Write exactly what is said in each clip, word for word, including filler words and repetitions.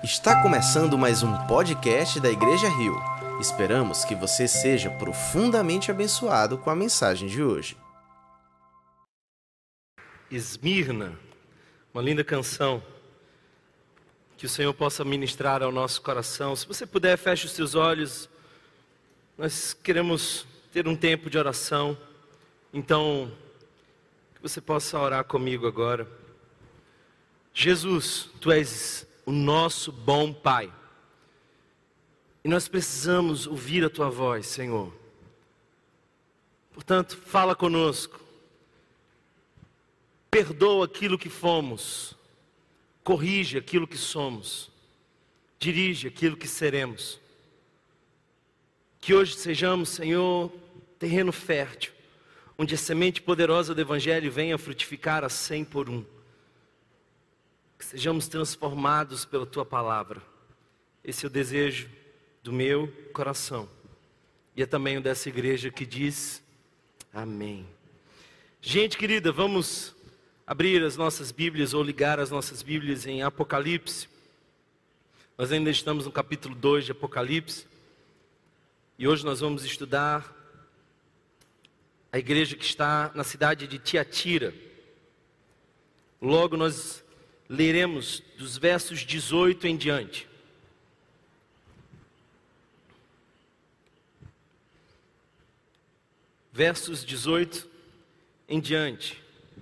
Está começando mais um podcast da Igreja Rio. Esperamos que você seja profundamente abençoado com a mensagem de hoje. Esmirna, uma linda canção, que o Senhor possa ministrar ao nosso coração. Se você puder, feche os seus olhos. Nós queremos ter um tempo de oração, então que você possa orar comigo agora. Jesus, Tu és o nosso bom Pai, e nós precisamos ouvir a Tua voz, Senhor. Portanto, fala conosco, perdoa aquilo que fomos, corrige aquilo que somos, dirige aquilo que seremos. Que hoje sejamos, Senhor, terreno fértil, onde a semente poderosa do Evangelho venha frutificar a cem por um. Que sejamos transformados pela Tua palavra. Esse é o desejo do meu coração. E é também o dessa igreja que diz amém. Gente querida, vamos abrir as nossas Bíblias ou ligar as nossas Bíblias em Apocalipse. Nós ainda estamos no capítulo dois de Apocalipse. E hoje nós vamos estudar a igreja que está na cidade de Tiatira. Logo nós leremos dos versos dezoito em diante. Versos dezoito em diante.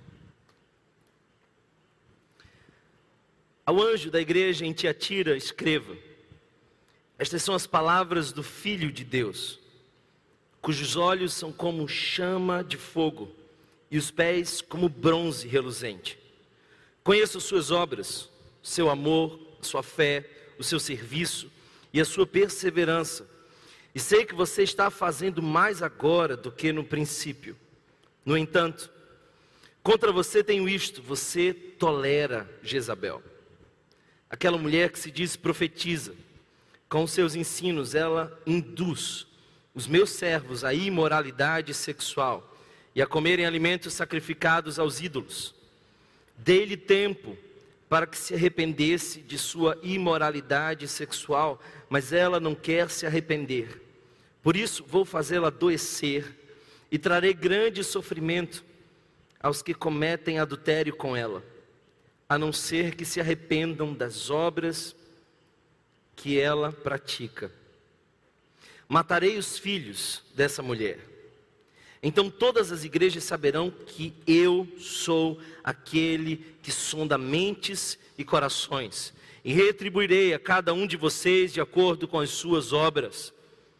Ao anjo da igreja em Tiatira escreva: estas são as palavras do Filho de Deus, cujos olhos são como chama de fogo e os pés como bronze reluzente. Conheço suas obras, seu amor, sua fé, o seu serviço e a sua perseverança. E sei que você está fazendo mais agora do que no princípio. No entanto, contra você tenho isto: você tolera Jezabel, aquela mulher que se diz profetiza. Com seus ensinos ela induz os meus servos à imoralidade sexual e a comerem alimentos sacrificados aos ídolos. Dei-lhe tempo para que se arrependesse de sua imoralidade sexual, mas ela não quer se arrepender. Por isso vou fazê-la adoecer e trarei grande sofrimento aos que cometem adultério com ela, a não ser que se arrependam das obras que ela pratica. Matarei os filhos dessa mulher. Então todas as igrejas saberão que eu sou aquele que sonda mentes e corações, e retribuirei a cada um de vocês de acordo com as suas obras.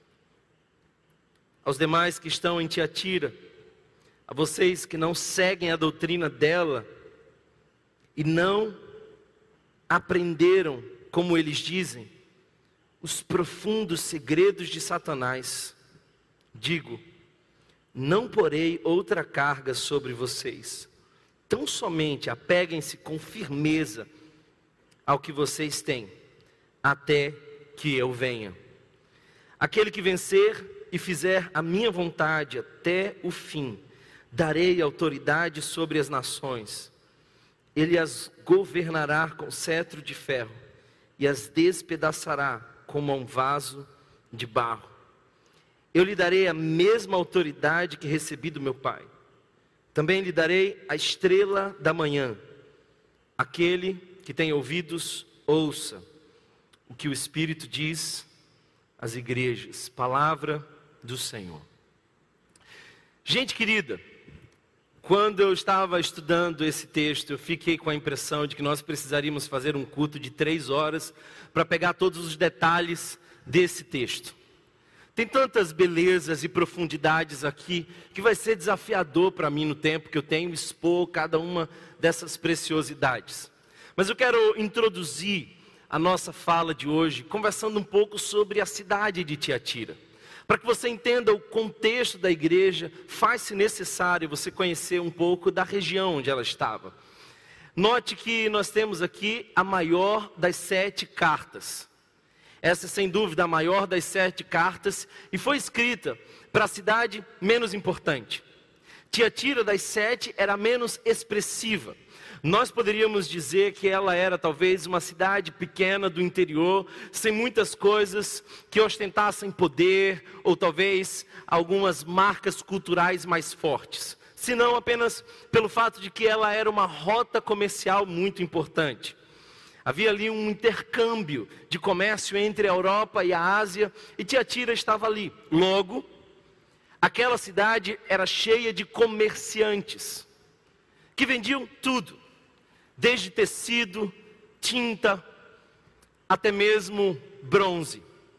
Aos demais que estão em Tiatira, a vocês que não seguem a doutrina dela e não aprenderam, como eles dizem, os profundos segredos de Satanás, digo: não porei outra carga sobre vocês. Tão somente apeguem-se com firmeza ao que vocês têm, até que eu venha. Aquele que vencer e fizer a minha vontade até o fim, darei autoridade sobre as nações. Ele as governará com cetro de ferro e as despedaçará como um vaso de barro. Eu lhe darei a mesma autoridade que recebi do meu Pai. Também lhe darei a estrela da manhã. Aquele que tem ouvidos, ouça o que o Espírito diz às igrejas. Palavra do Senhor. Gente querida, quando eu estava estudando esse texto, eu fiquei com a impressão de que nós precisaríamos fazer um culto de três horas para pegar todos os detalhes desse texto. Tem tantas belezas e profundidades aqui que vai ser desafiador para mim no tempo que eu tenho expor cada uma dessas preciosidades. Mas eu quero introduzir a nossa fala de hoje conversando um pouco sobre a cidade de Tiatira. Para que você entenda o contexto da igreja, faz-se necessário você conhecer um pouco da região onde ela estava. Note que nós temos aqui a maior das sete cartas. Essa é sem dúvida a maior das sete cartas e foi escrita para a cidade menos importante. Tiatira das sete era menos expressiva. Nós poderíamos dizer que ela era talvez uma cidade pequena do interior, sem muitas coisas que ostentassem poder, ou talvez algumas marcas culturais mais fortes, senão apenas pelo fato de que ela era uma rota comercial muito importante. Havia ali um intercâmbio de comércio entre a Europa e a Ásia, e Tiatira estava ali. Logo, aquela cidade era cheia de comerciantes, que vendiam tudo, desde tecido, tinta, até mesmo bronze.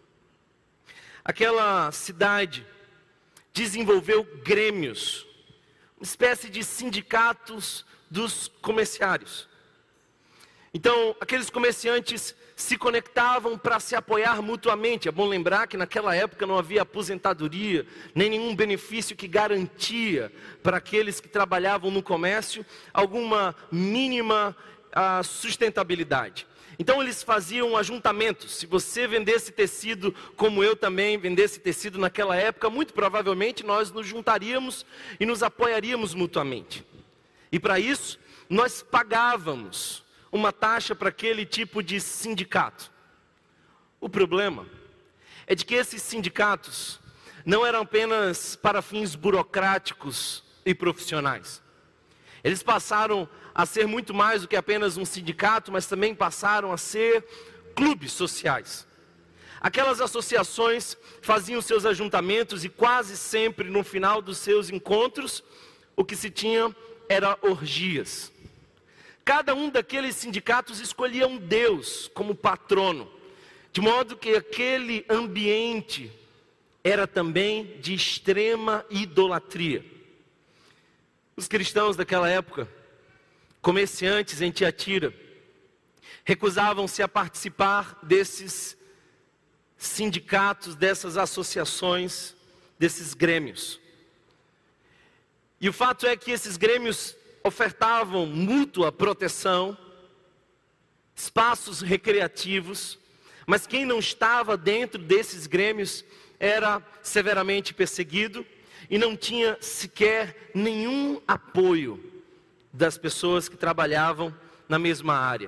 Aquela cidade desenvolveu grêmios, uma espécie de sindicatos dos comerciários. Então, aqueles comerciantes se conectavam para se apoiar mutuamente. É bom lembrar que naquela época não havia aposentadoria, nem nenhum benefício que garantia para aqueles que trabalhavam no comércio alguma mínima ah, sustentabilidade. Então eles faziam ajuntamentos. Se você vendesse tecido, como eu também vendesse tecido naquela época, muito provavelmente nós nos juntaríamos e nos apoiaríamos mutuamente. E para isso, nós pagávamos uma taxa para aquele tipo de sindicato. O problema é de que esses sindicatos não eram apenas para fins burocráticos e profissionais. Eles passaram a ser muito mais do que apenas um sindicato, mas também passaram a ser clubes sociais. Aquelas associações faziam seus ajuntamentos e quase sempre no final dos seus encontros, o que se tinha era orgias. Cada um daqueles sindicatos escolhia um deus como patrono, de modo que aquele ambiente era também de extrema idolatria. Os cristãos daquela época, comerciantes em Tiatira, recusavam-se a participar desses sindicatos, dessas associações, desses grêmios. E o fato é que esses grêmios ofertavam mútua proteção, espaços recreativos, mas quem não estava dentro desses grêmios era severamente perseguido e não tinha sequer nenhum apoio das pessoas que trabalhavam na mesma área.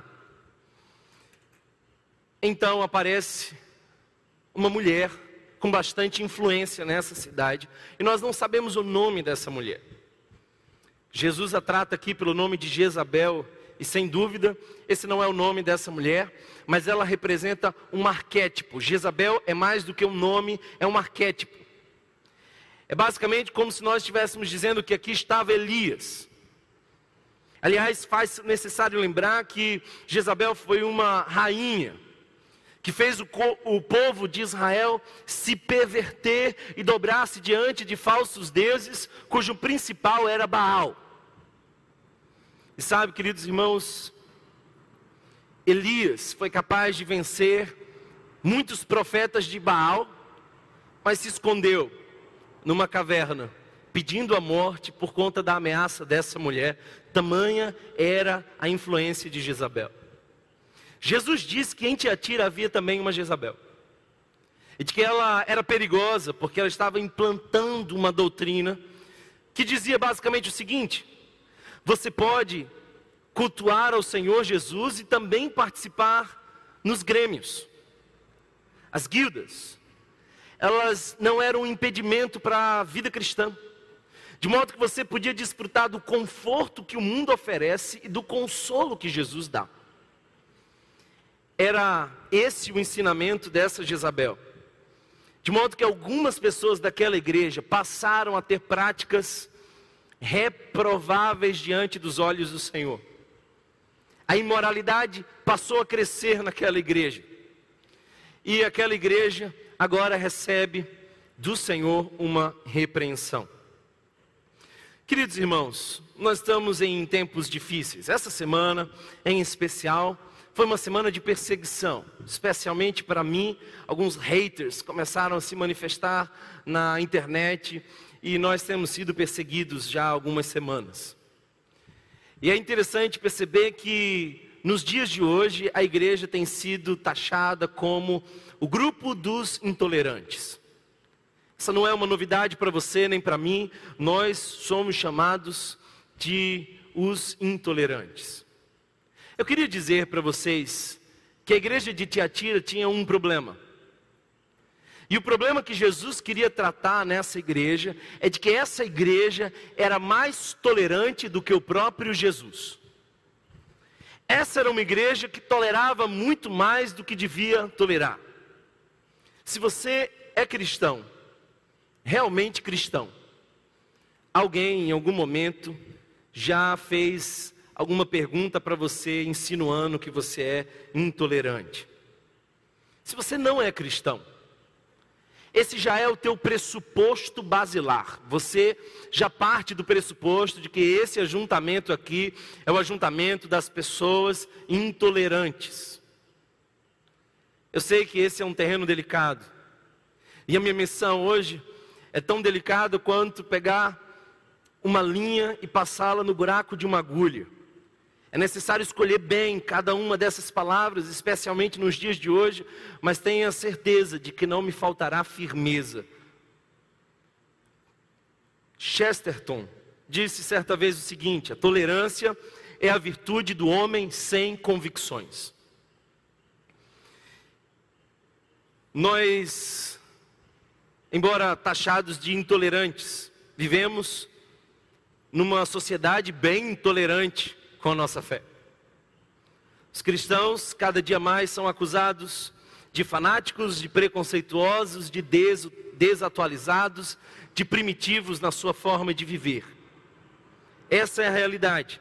Então aparece uma mulher com bastante influência nessa cidade, e nós não sabemos o nome dessa mulher. Jesus a trata aqui pelo nome de Jezabel, e sem dúvida, esse não é o nome dessa mulher, mas ela representa um arquétipo. Jezabel é mais do que um nome, é um arquétipo. É basicamente como se nós estivéssemos dizendo que aqui estava Elias. Aliás, faz necessário lembrar que Jezabel foi uma rainha, que fez o, o povo de Israel se perverter e dobrar-se diante de falsos deuses, cujo principal era Baal. E sabe, queridos irmãos, Elias foi capaz de vencer muitos profetas de Baal, mas se escondeu numa caverna, pedindo a morte por conta da ameaça dessa mulher. Tamanha era a influência de Jezabel. Jesus disse que em Tiatira havia também uma Jezabel, e de que ela era perigosa, porque ela estava implantando uma doutrina, que dizia basicamente o seguinte: você pode cultuar ao Senhor Jesus e também participar nos grêmios. As guildas, elas não eram um impedimento para a vida cristã, de modo que você podia desfrutar do conforto que o mundo oferece e do consolo que Jesus dá. Era esse o ensinamento dessa Jezabel, de modo que algumas pessoas daquela igreja passaram a ter práticas reprováveis diante dos olhos do Senhor. A imoralidade passou a crescer naquela igreja, e aquela igreja agora recebe do Senhor uma repreensão. Queridos irmãos, nós estamos em tempos difíceis. Essa semana, em especial, foi uma semana de perseguição, especialmente para mim. Alguns haters começaram a se manifestar na internet, e nós temos sido perseguidos já há algumas semanas. E é interessante perceber que nos dias de hoje a igreja tem sido taxada como o grupo dos intolerantes. Essa não é uma novidade para você nem para mim. Nós somos chamados de os intolerantes. Eu queria dizer para vocês que a igreja de Tiatira tinha um problema. E o problema que Jesus queria tratar nessa igreja é de que essa igreja era mais tolerante do que o próprio Jesus. Essa era uma igreja que tolerava muito mais do que devia tolerar. Se você é cristão, realmente cristão, alguém em algum momento já fez alguma pergunta para você insinuando que você é intolerante. Se você não é cristão, esse já é o teu pressuposto basilar. Você já parte do pressuposto de que esse ajuntamento aqui é o ajuntamento das pessoas intolerantes. Eu sei que esse é um terreno delicado. E a minha missão hoje é tão delicada quanto pegar uma linha e passá-la no buraco de uma agulha. É necessário escolher bem cada uma dessas palavras, especialmente nos dias de hoje, mas tenha certeza de que não me faltará firmeza. Chesterton disse certa vez o seguinte: a tolerância é a virtude do homem sem convicções. Nós, embora taxados de intolerantes, vivemos numa sociedade bem intolerante com a nossa fé. Os cristãos cada dia mais são acusados de fanáticos, de preconceituosos, de des- desatualizados, de primitivos na sua forma de viver. Essa é a realidade.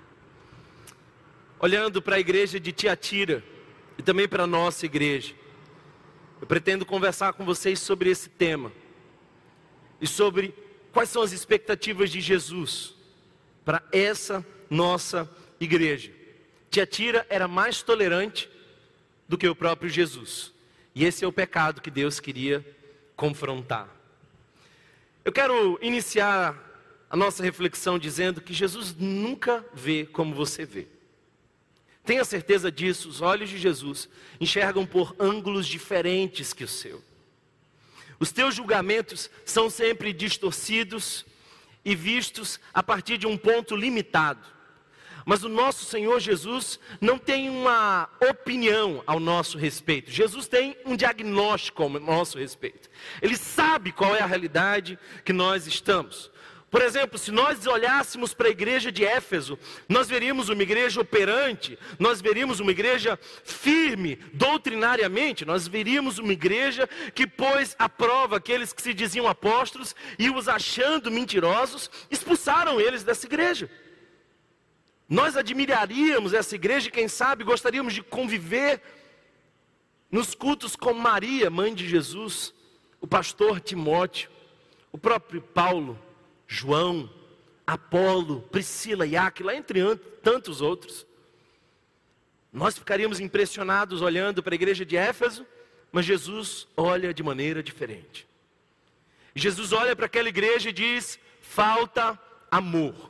Olhando para a igreja de Tiatira e também para a nossa igreja, eu pretendo conversar com vocês sobre esse tema e sobre quais são as expectativas de Jesus para essa nossa igreja. Tiatira era mais tolerante do que o próprio Jesus. E esse é o pecado que Deus queria confrontar. Eu quero iniciar a nossa reflexão dizendo que Jesus nunca vê como você vê. Tenha certeza disso, os olhos de Jesus enxergam por ângulos diferentes que o seu. Os teus julgamentos são sempre distorcidos e vistos a partir de um ponto limitado. Mas o nosso Senhor Jesus não tem uma opinião ao nosso respeito. Jesus tem um diagnóstico ao nosso respeito. Ele sabe qual é a realidade que nós estamos. Por exemplo, se nós olhássemos para a igreja de Éfeso, nós veríamos uma igreja operante, nós veríamos uma igreja firme, doutrinariamente, nós veríamos uma igreja que pôs à prova aqueles que se diziam apóstolos e os achando mentirosos, expulsaram eles dessa igreja. Nós admiraríamos essa igreja e quem sabe gostaríamos de conviver nos cultos com Maria, mãe de Jesus, o pastor Timóteo, o próprio Paulo, João, Apolo, Priscila e Áquila, entre tantos outros. Nós ficaríamos impressionados olhando para a igreja de Éfeso, mas Jesus olha de maneira diferente. Jesus olha para aquela igreja e diz: falta amor.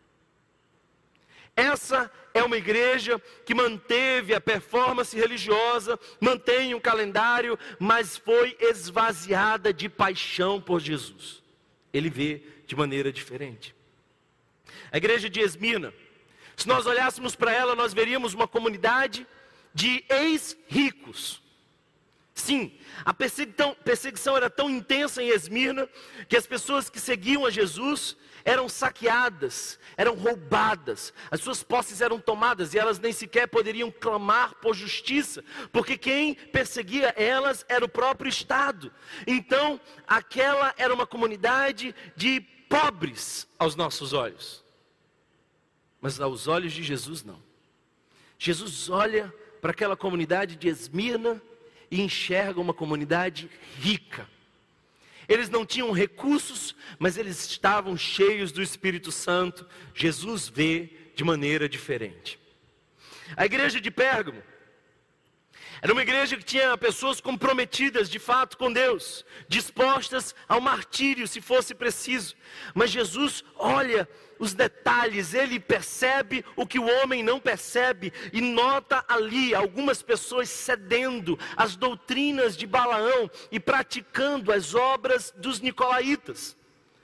Essa é uma igreja que manteve a performance religiosa, mantém um calendário, mas foi esvaziada de paixão por Jesus. Ele vê de maneira diferente. A igreja de Esmirna, se nós olhássemos para ela, nós veríamos uma comunidade de ex-ricos. Sim, a perseguição, perseguição era tão intensa em Esmirna, que as pessoas que seguiam a Jesus eram saqueadas, eram roubadas, as suas posses eram tomadas e elas nem sequer poderiam clamar por justiça, porque quem perseguia elas era o próprio Estado. Então, aquela era uma comunidade de pobres aos nossos olhos, mas aos olhos de Jesus não. Jesus olha para aquela comunidade de Esmirna e enxerga uma comunidade rica. Eles não tinham recursos, mas eles estavam cheios do Espírito Santo. Jesus vê de maneira diferente. A igreja de Pérgamo era uma igreja que tinha pessoas comprometidas de fato com Deus, dispostas ao martírio se fosse preciso. Mas Jesus olha os detalhes, ele percebe o que o homem não percebe e nota ali algumas pessoas cedendo às doutrinas de Balaão e praticando as obras dos nicolaítas.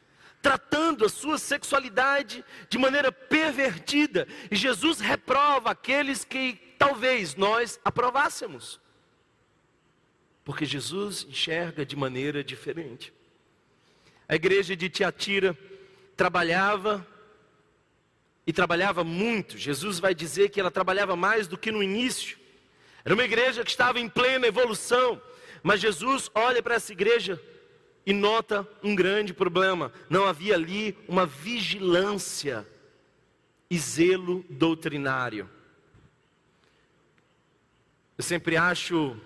tratando a sua sexualidade de maneira pervertida. E Jesus reprova aqueles que talvez nós aprovássemos, porque Jesus enxerga de maneira diferente. A igreja de Tiatira trabalhava, e trabalhava muito. Jesus vai dizer que ela trabalhava mais do que no início. Era uma igreja que estava em plena evolução, mas Jesus olha para essa igreja e nota um grande problema. Não havia ali uma vigilância e zelo doutrinário. Eu sempre acho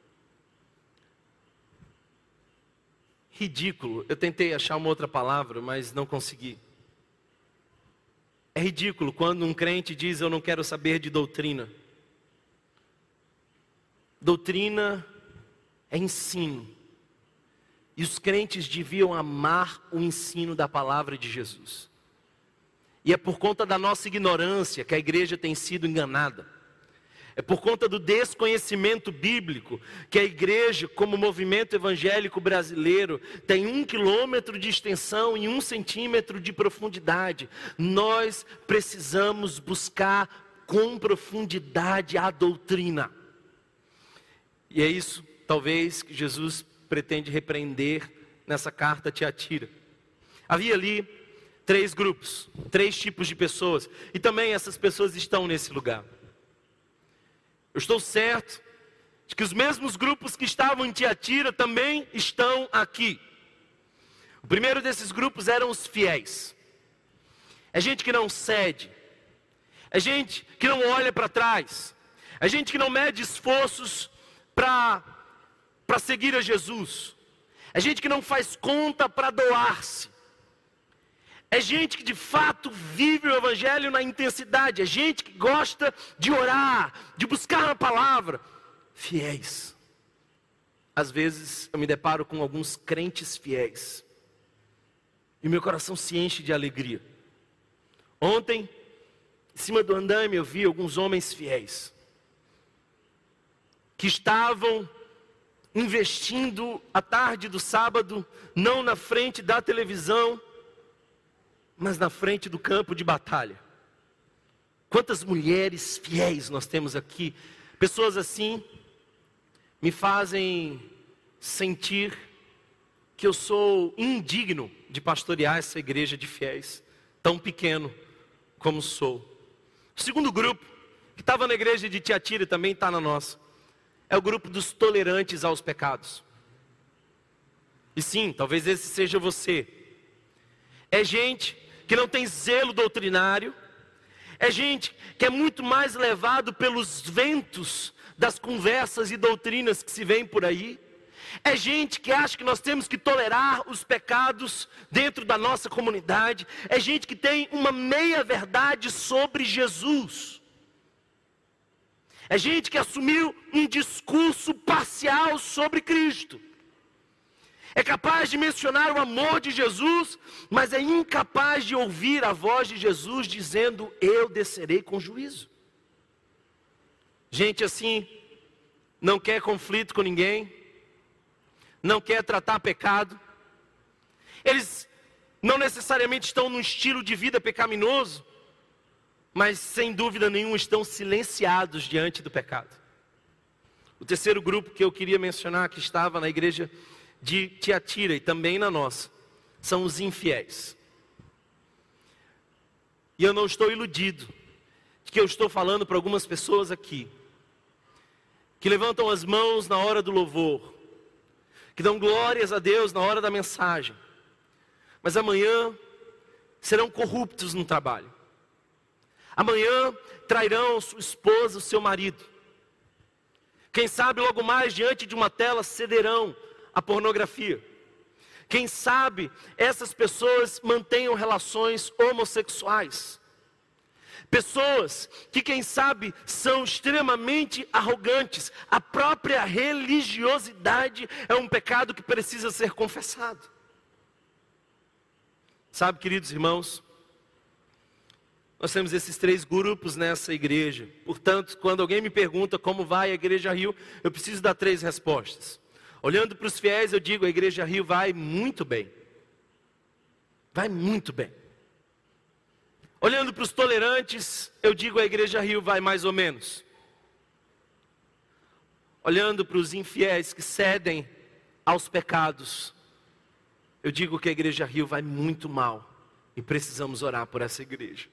ridículo, eu tentei achar uma outra palavra, mas não consegui. É ridículo quando um crente diz: eu não quero saber de doutrina. Doutrina é ensino. E os crentes deviam amar o ensino da palavra de Jesus. E é por conta da nossa ignorância que a igreja tem sido enganada. É por conta do desconhecimento bíblico que a igreja, como movimento evangélico brasileiro, tem um quilômetro de extensão e um centímetro de profundidade. Nós precisamos buscar com profundidade a doutrina. E é isso, talvez, que Jesus pretende repreender nessa carta a Tiatira. Havia ali três grupos, três tipos de pessoas, e também essas pessoas estão nesse lugar. Eu estou certo de que os mesmos grupos que estavam em Tiatira também estão aqui. O primeiro desses grupos eram os fiéis. É gente que não cede. É gente que não olha para trás. É gente que não mede esforços para para seguir a Jesus. É gente que não faz conta para doar-se. É gente que de fato vive o evangelho na intensidade. É gente que gosta de orar, de buscar a palavra. Fiéis. Às vezes eu me deparo com alguns crentes fiéis, e meu coração se enche de alegria. Ontem, em cima do andaime, eu vi alguns homens fiéis, que estavam investindo a tarde do sábado, não na frente da televisão, mas na frente do campo de batalha. Quantas mulheres fiéis nós temos aqui. Pessoas assim me fazem sentir que eu sou indigno de pastorear essa igreja de fiéis, tão pequeno como sou. O segundo grupo, que estava na igreja de Tiatira e também está na nossa, é o grupo dos tolerantes aos pecados. E sim, talvez esse seja você. É gente que não tem zelo doutrinário. É gente que é muito mais levado pelos ventos das conversas e doutrinas que se vêem por aí. É gente que acha que nós temos que tolerar os pecados dentro da nossa comunidade. É gente que tem uma meia verdade sobre Jesus. É gente que assumiu um discurso parcial sobre Cristo. É capaz de mencionar o amor de Jesus, mas é incapaz de ouvir a voz de Jesus dizendo: eu descerei com juízo. Gente assim não quer conflito com ninguém, não quer tratar pecado. Eles não necessariamente estão num estilo de vida pecaminoso, mas sem dúvida nenhuma estão silenciados diante do pecado. O terceiro grupo que eu queria mencionar, que estava na igreja de Tiatira e também na nossa, são os infiéis. E eu não estou iludido de que eu estou falando para algumas pessoas aqui, que levantam as mãos na hora do louvor, que dão glórias a Deus na hora da mensagem, mas amanhã serão corruptos no trabalho. Amanhã trairão sua esposa, o seu marido. Quem sabe logo mais diante de uma tela cederão a pornografia. Quem sabe essas pessoas mantenham relações homossexuais. Pessoas que, quem sabe, são extremamente arrogantes. A própria religiosidade é um pecado que precisa ser confessado. Sabe, queridos irmãos, nós temos esses três grupos nessa igreja. Portanto, quando alguém me pergunta como vai a Igreja Rio, eu preciso dar três respostas. Olhando para os fiéis, eu digo: a Igreja Rio vai muito bem. vai muito bem. Olhando para os tolerantes, eu digo a Igreja Rio vai mais ou menos. Olhando para os infiéis que cedem aos pecados, eu digo que a Igreja Rio vai muito mal. E precisamos orar por essa igreja.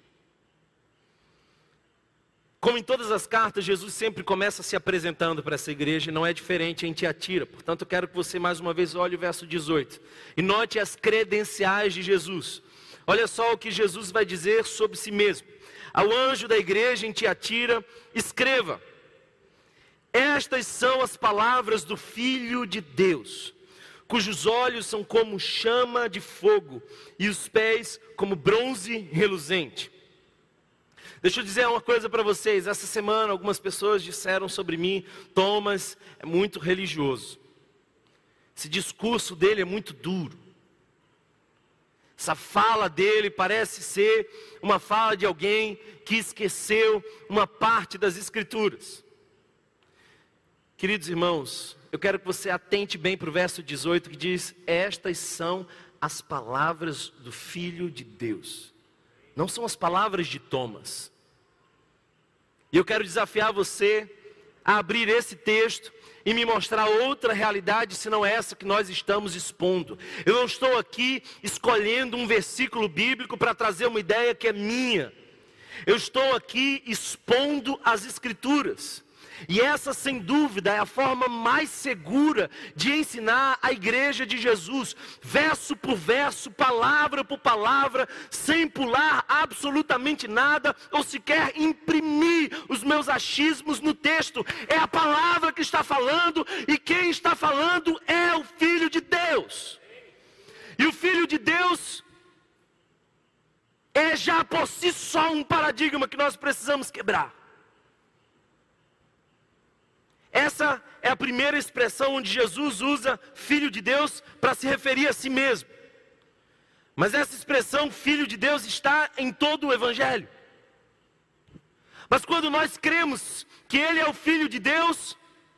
Como em todas as cartas, Jesus sempre começa se apresentando para essa igreja, e não é diferente em Tiatira. Portanto, eu quero que você mais uma vez olhe o verso dezoito. E note as credenciais de Jesus. Olha só o que Jesus vai dizer sobre si mesmo. Ao anjo da igreja em Tiatira, escreva: estas são as palavras do Filho de Deus, cujos olhos são como chama de fogo, e os pés como bronze reluzente. Deixa eu dizer uma coisa para vocês. Essa semana algumas pessoas disseram sobre mim: Thomas é muito religioso. Esse discurso dele é muito duro. Essa fala dele parece ser uma fala de alguém que esqueceu uma parte das Escrituras. Queridos irmãos, eu quero que você atente bem para o verso dezoito, que diz: estas são as palavras do Filho de Deus. Não são as palavras de Thomas. E eu quero desafiar você a abrir esse texto e me mostrar outra realidade, senão essa que nós estamos expondo. Eu não estou aqui escolhendo um versículo bíblico para trazer uma ideia que é minha. Eu estou aqui expondo as Escrituras. E essa, sem dúvida, é a forma mais segura de ensinar a igreja de Jesus, verso por verso, palavra por palavra, sem pular absolutamente nada, ou sequer imprimir os meus achismos no texto. É a palavra que está falando, e quem está falando é o Filho de Deus. E o Filho de Deus é já por si só um paradigma que nós precisamos quebrar. Essa é a primeira expressão onde Jesus usa Filho de Deus para se referir a si mesmo. Mas essa expressão Filho de Deus está em todo o Evangelho. Mas quando nós cremos que Ele é o Filho de Deus,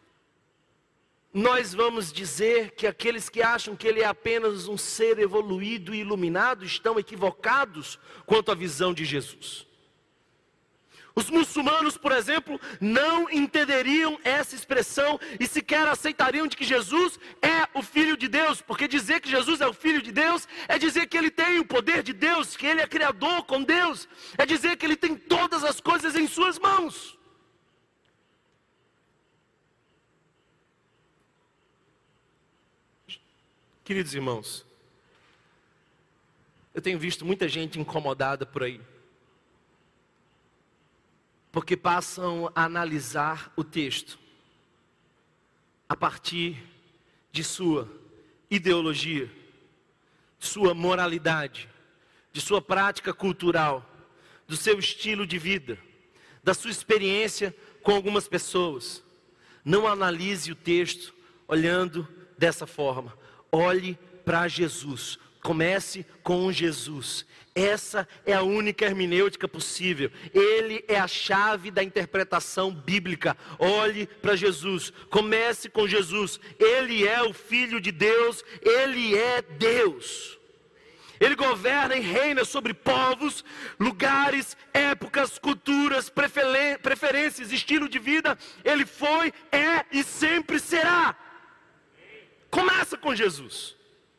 nós vamos dizer que aqueles que acham que Ele é apenas um ser evoluído e iluminado estão equivocados quanto à visão de Jesus. Os muçulmanos, por exemplo, não entenderiam essa expressão e sequer aceitariam de que Jesus é o Filho de Deus, porque dizer que Jesus é o Filho de Deus é dizer que Ele tem o poder de Deus, que Ele é criador com Deus, é dizer que Ele tem todas as coisas em suas mãos. Queridos irmãos, eu tenho visto muita gente incomodada por aí, porque passam a analisar o texto a partir de sua ideologia, de sua moralidade, de sua prática cultural, do seu estilo de vida, da sua experiência com algumas pessoas. Não analise o texto olhando dessa forma. Olhe para Jesus. Comece com Jesus. Essa é a única hermenêutica possível. Ele é a chave da interpretação bíblica. Olhe para Jesus. Comece com Jesus. Ele é o Filho de Deus. Ele é Deus. Ele governa e reina sobre povos, lugares, épocas, culturas, preferências, estilo de vida. Ele foi, é e sempre será. Começa com Jesus.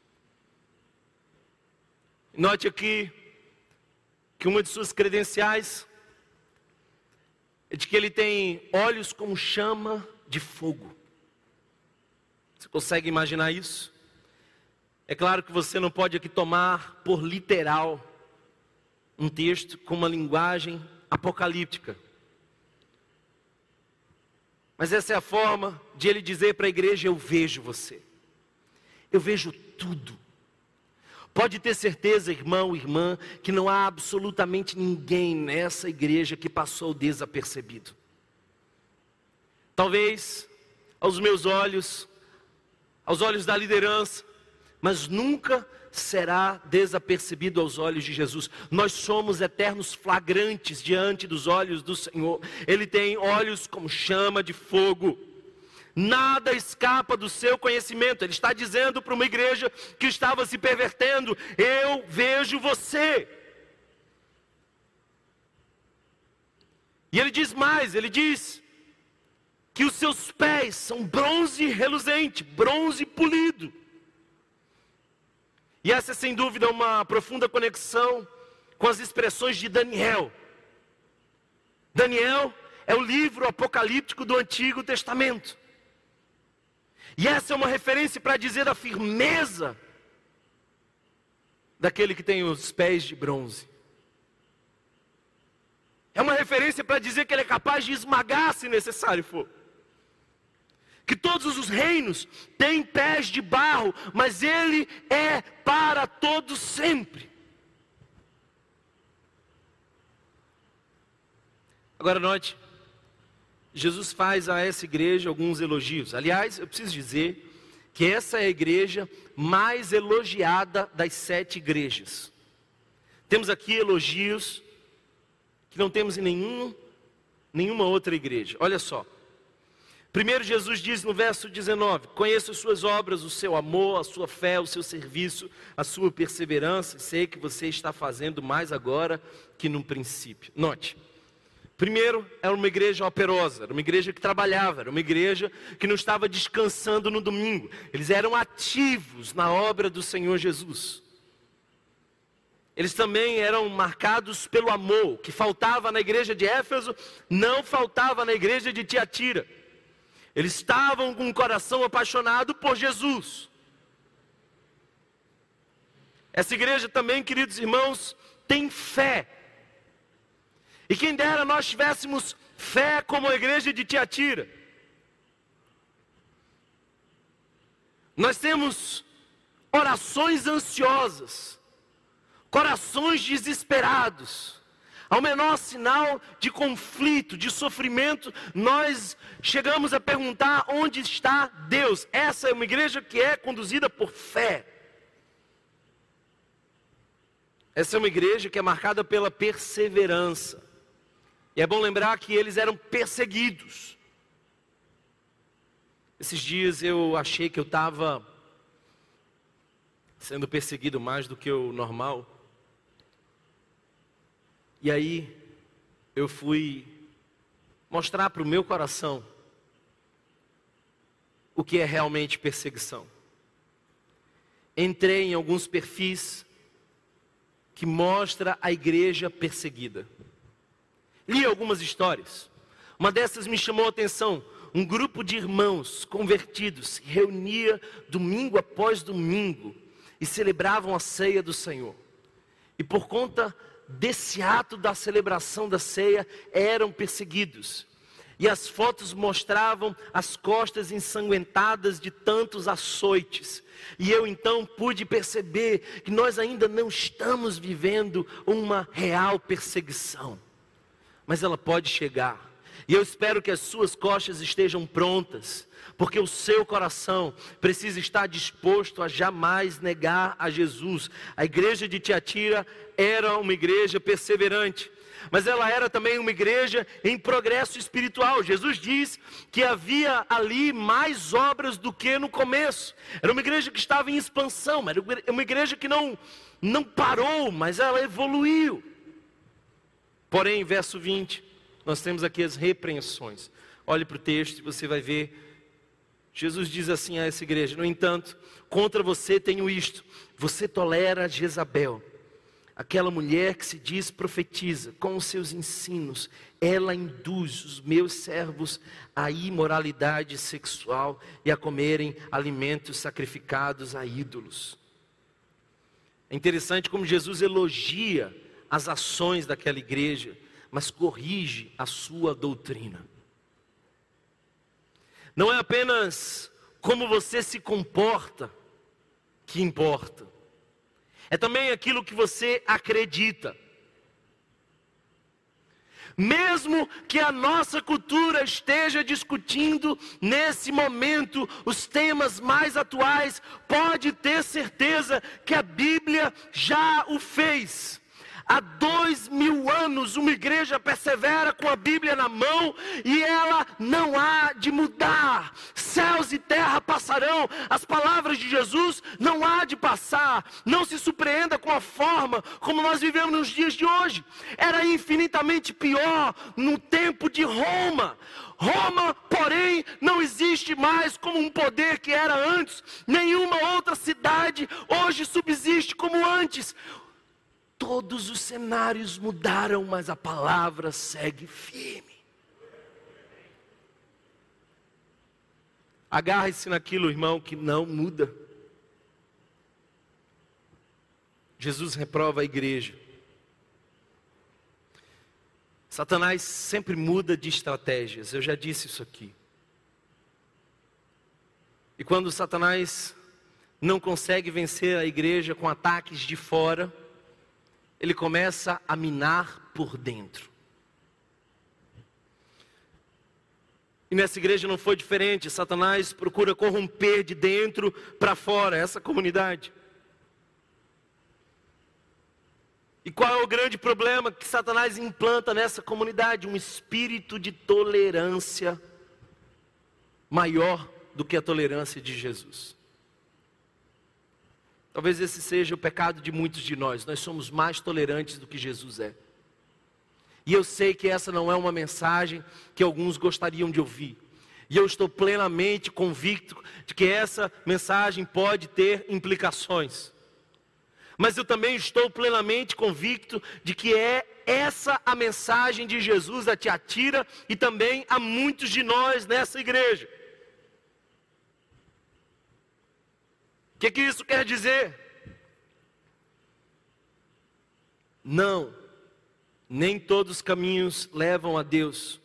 Note aqui que uma de suas credenciais é de que ele tem olhos como chama de fogo. Você consegue imaginar isso? É claro que você não pode aqui tomar por literal um texto com uma linguagem apocalíptica. Mas essa é a forma de ele dizer para a igreja: eu vejo você. Eu vejo tudo. Pode ter certeza, irmão, irmã, que não há absolutamente ninguém nessa igreja que passou desapercebido. Talvez aos meus olhos, aos olhos da liderança, mas nunca será desapercebido aos olhos de Jesus. Nós somos eternos flagrantes diante dos olhos do Senhor. Ele tem olhos como chama de fogo. Nada escapa do seu conhecimento. Ele está dizendo para uma igreja que estava se pervertendo: eu vejo você. E ele diz mais, ele diz que os seus pés são bronze reluzente, bronze polido. E essa é sem dúvida uma profunda conexão com as expressões de Daniel. Daniel é o livro apocalíptico do Antigo Testamento. E essa é uma referência para dizer a firmeza daquele que tem os pés de bronze. É uma referência para dizer que ele é capaz de esmagar se necessário for. Que todos os reinos têm pés de barro, mas ele é para todos sempre. Agora note, Jesus faz a essa igreja alguns elogios. Aliás, eu preciso dizer que essa é a igreja mais elogiada das sete igrejas. Temos aqui elogios que não temos em nenhum, nenhuma outra igreja. Olha só. Primeiro Jesus diz no verso dezenove: conheço as suas obras, o seu amor, a sua fé, o seu serviço, a sua perseverança, e sei que você está fazendo mais agora que no princípio. Note. Primeiro, era uma igreja operosa, era uma igreja que trabalhava, era uma igreja que não estava descansando no domingo. Eles eram ativos na obra do Senhor Jesus. Eles também eram marcados pelo amor, que faltava na igreja de Éfeso, não faltava na igreja de Tiatira. Eles estavam com o coração apaixonado por Jesus. Essa igreja também, queridos irmãos, tem fé. E quem dera nós tivéssemos fé como a igreja de Tiatira. Nós temos orações ansiosas, corações desesperados. Ao menor sinal de conflito, de sofrimento, nós chegamos a perguntar: onde está Deus? Essa é uma igreja que é conduzida por fé. Essa é uma igreja que é marcada pela perseverança. E é bom lembrar que eles eram perseguidos. Esses dias eu achei que eu estava sendo perseguido mais do que o normal. E aí eu fui mostrar para o meu coração o que é realmente perseguição. Entrei em alguns perfis que mostram a igreja perseguida. Li algumas histórias. Uma dessas me chamou a atenção. Um grupo de irmãos convertidos se reunia domingo após domingo e celebravam a ceia do Senhor. E por conta desse ato da celebração da ceia, eram perseguidos. E as fotos mostravam as costas ensanguentadas de tantos açoites. E eu então pude perceber que nós ainda não estamos vivendo uma real perseguição. Mas ela pode chegar. E eu espero que as suas costas estejam prontas, porque o seu coração precisa estar disposto a jamais negar a Jesus. A igreja de Tiatira era uma igreja perseverante, mas ela era também uma igreja em progresso espiritual. Jesus diz que havia ali mais obras do que no começo. Era uma igreja que estava em expansão, era uma igreja que não, não parou, mas ela evoluiu. Porém, verso vinte, nós temos aqui as repreensões. Olhe para o texto e você vai ver. Jesus diz assim a essa igreja: no entanto, contra você tenho isto: você tolera Jezabel, aquela mulher que se diz profetiza. Com os seus ensinos, ela induz os meus servos à imoralidade sexual e a comerem alimentos sacrificados a ídolos. É interessante como Jesus elogia as ações daquela igreja, mas corrige a sua doutrina. Não é apenas como você se comporta que importa, é também aquilo que você acredita. Mesmo que a nossa cultura esteja discutindo nesse momento os temas mais atuais, pode ter certeza que a Bíblia já o fez. Há dois mil anos uma igreja persevera com a Bíblia na mão e ela não há de mudar. céus e terra passarão, as palavras de Jesus não há de passar. Não se surpreenda com a forma como nós vivemos nos dias de hoje. Era infinitamente pior no tempo de Roma. Roma, porém, não existe mais como um poder que era antes. Nenhuma outra cidade hoje subsiste como antes. Todos os cenários mudaram, mas a palavra segue firme. Agarre-se naquilo, irmão, que não muda. Jesus reprova a igreja. Satanás sempre muda de estratégias, eu já disse isso aqui. E quando Satanás não consegue vencer a igreja com ataques de fora, ele começa a minar por dentro. E nessa igreja não foi diferente. Satanás procura corromper de dentro para fora essa comunidade. E qual é o grande problema que Satanás implanta nessa comunidade? Um espírito de tolerância maior do que a tolerância de Jesus. Talvez esse seja o pecado de muitos de nós. Nós somos mais tolerantes do que Jesus é. E eu sei que essa não é uma mensagem que alguns gostariam de ouvir. E eu estou plenamente convicto de que essa mensagem pode ter implicações. Mas eu também estou plenamente convicto de que é essa a mensagem de Jesus a Tiatira e também a muitos de nós nessa igreja. O que, que isso quer dizer? Não, nem todos os caminhos levam a Deus.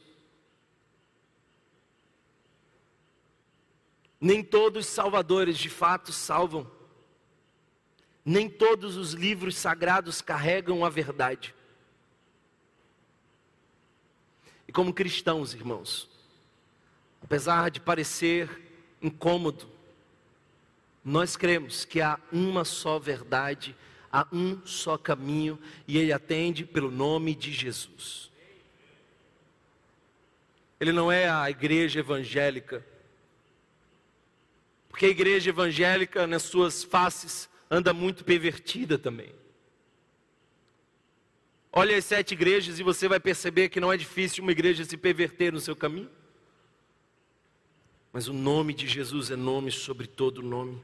Nem todos os salvadores de fato salvam. Nem todos os livros sagrados carregam a verdade. E como cristãos, irmãos, apesar de parecer incômodo, nós cremos que há uma só verdade, há um só caminho, e ele atende pelo nome de Jesus. Ele não é a igreja evangélica, porque a igreja evangélica nas suas faces anda muito pervertida também. Olha as sete igrejas e você vai perceber que não é difícil uma igreja se perverter no seu caminho. Mas o nome de Jesus é nome sobre todo nome.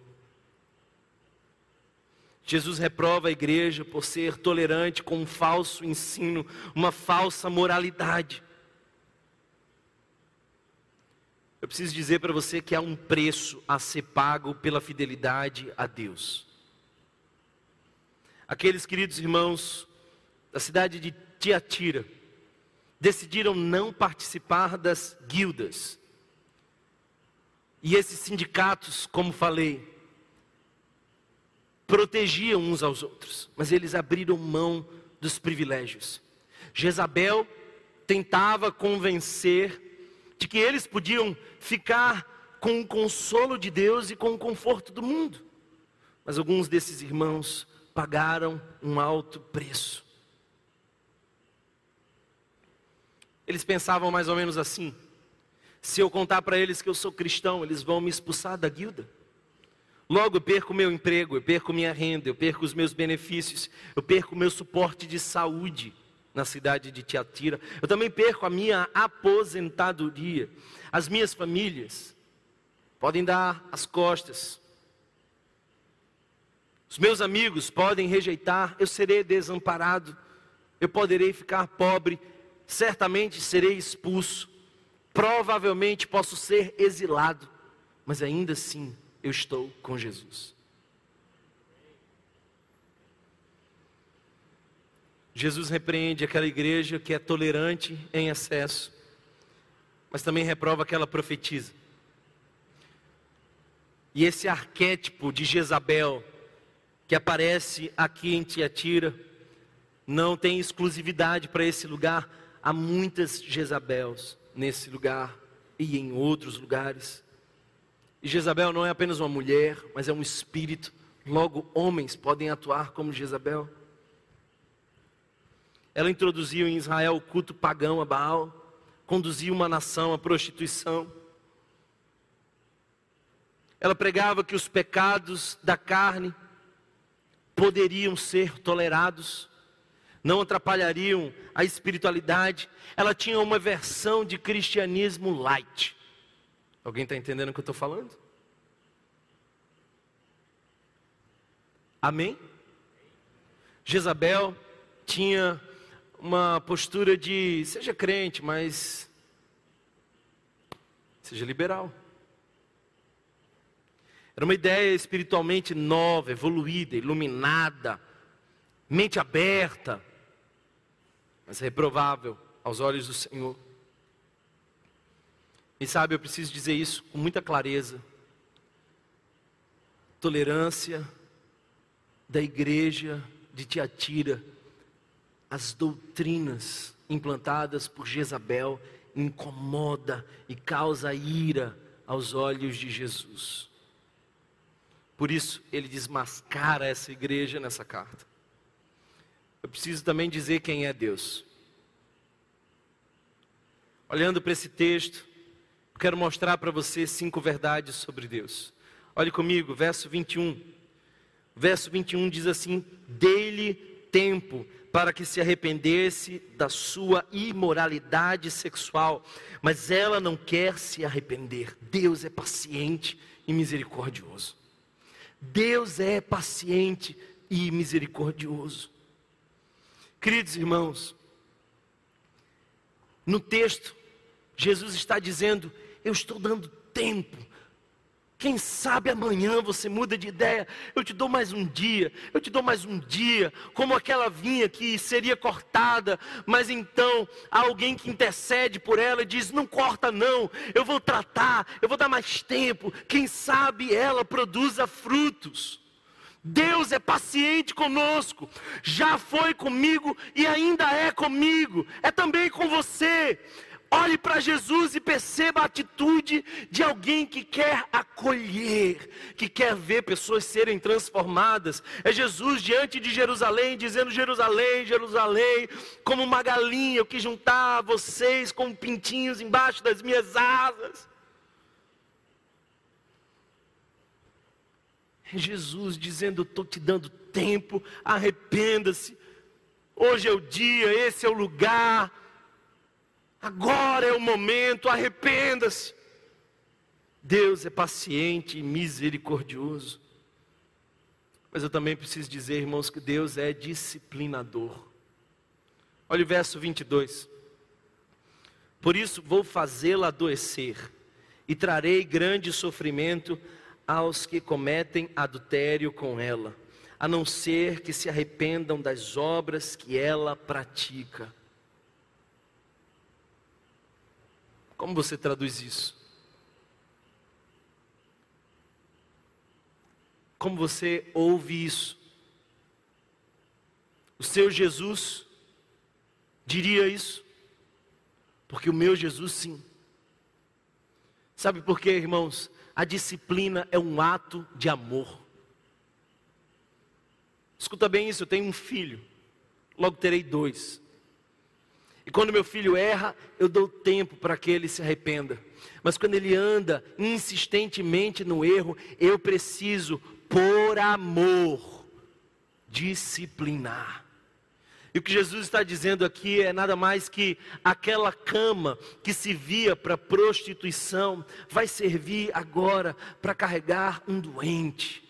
Jesus reprova a igreja por ser tolerante com um falso ensino, uma falsa moralidade. Eu preciso dizer para você que há um preço a ser pago pela fidelidade a Deus. Aqueles queridos irmãos da cidade de Tiatira decidiram não participar das guildas. E esses sindicatos, como falei, protegiam uns aos outros, mas eles abriram mão dos privilégios. Jezabel tentava convencer de que eles podiam ficar com o consolo de Deus e com o conforto do mundo. Mas alguns desses irmãos pagaram um alto preço. Eles pensavam mais ou menos assim: se eu contar para eles que eu sou cristão, eles vão me expulsar da guilda. Logo eu perco meu emprego, eu perco minha renda, eu perco os meus benefícios, eu perco o meu suporte de saúde na cidade de Tiatira. Eu também perco a minha aposentadoria. As minhas famílias podem dar as costas. Os meus amigos podem rejeitar, eu serei desamparado, eu poderei ficar pobre, certamente serei expulso, provavelmente posso ser exilado, mas ainda assim eu estou com Jesus. Jesus repreende aquela igreja que é tolerante em excesso, mas também reprova aquela profetisa. E esse arquétipo de Jezabel, que aparece aqui em Tiatira, não tem exclusividade para esse lugar. Há muitas Jezabels nesse lugar e em outros lugares. E Jezabel não é apenas uma mulher, mas é um espírito. Logo, homens podem atuar como Jezabel. Ela introduziu em Israel o culto pagão a Baal, conduziu uma nação à prostituição. Ela pregava que os pecados da carne poderiam ser tolerados, não atrapalhariam a espiritualidade. Ela tinha uma versão de cristianismo light. Alguém está entendendo o que eu estou falando? Amém? Jezabel tinha uma postura de, seja crente, mas seja liberal. Era uma ideia espiritualmente nova, evoluída, iluminada, mente aberta, mas reprovável aos olhos do Senhor. E sabe, eu preciso dizer isso com muita clareza. Tolerância da igreja de Tiatira, as doutrinas implantadas por Jezabel incomoda e causa ira aos olhos de Jesus. Por isso ele desmascara essa igreja nessa carta. Eu preciso também dizer quem é Deus. Olhando para esse texto, eu quero mostrar para você cinco verdades sobre Deus. Olhe comigo, verso vinte e um. Verso vinte e um diz assim: dê-lhe tempo para que se arrependesse da sua imoralidade sexual, mas ela não quer se arrepender. Deus é paciente e misericordioso. Deus é paciente e misericordioso. Queridos irmãos, no texto, Jesus está dizendo: eu estou dando tempo. Quem sabe amanhã você muda de ideia. Eu te dou mais um dia, eu te dou mais um dia. Como aquela vinha que seria cortada, mas então há alguém que intercede por ela e diz: não corta não, eu vou tratar, eu vou dar mais tempo. Quem sabe ela produza frutos. Deus é paciente conosco, já foi comigo e ainda é comigo, é também com você. Olhe para Jesus e perceba a atitude de alguém que quer acolher, que quer ver pessoas serem transformadas. É Jesus diante de Jerusalém, dizendo: Jerusalém, Jerusalém, como uma galinha eu quis juntar vocês como pintinhos embaixo das minhas asas. É Jesus dizendo: eu estou te dando tempo, arrependa-se. Hoje é o dia, esse é o lugar. Agora é o momento, arrependa-se. Deus é paciente e misericordioso. Mas eu também preciso dizer, irmãos, que Deus é disciplinador. Olha o verso vinte e dois. Por isso vou fazê-la adoecer, e trarei grande sofrimento aos que cometem adultério com ela, a não ser que se arrependam das obras que ela pratica. Como você traduz isso? Como você ouve isso? O seu Jesus diria isso? Porque o meu Jesus sim. Sabe por quê, irmãos? A disciplina é um ato de amor. Escuta bem isso, eu tenho um filho, logo terei dois. E quando meu filho erra, eu dou tempo para que ele se arrependa. Mas quando ele anda insistentemente no erro, eu preciso, por amor, disciplinar. E o que Jesus está dizendo aqui é nada mais que aquela cama que se via para prostituição, vai servir agora para carregar um doente.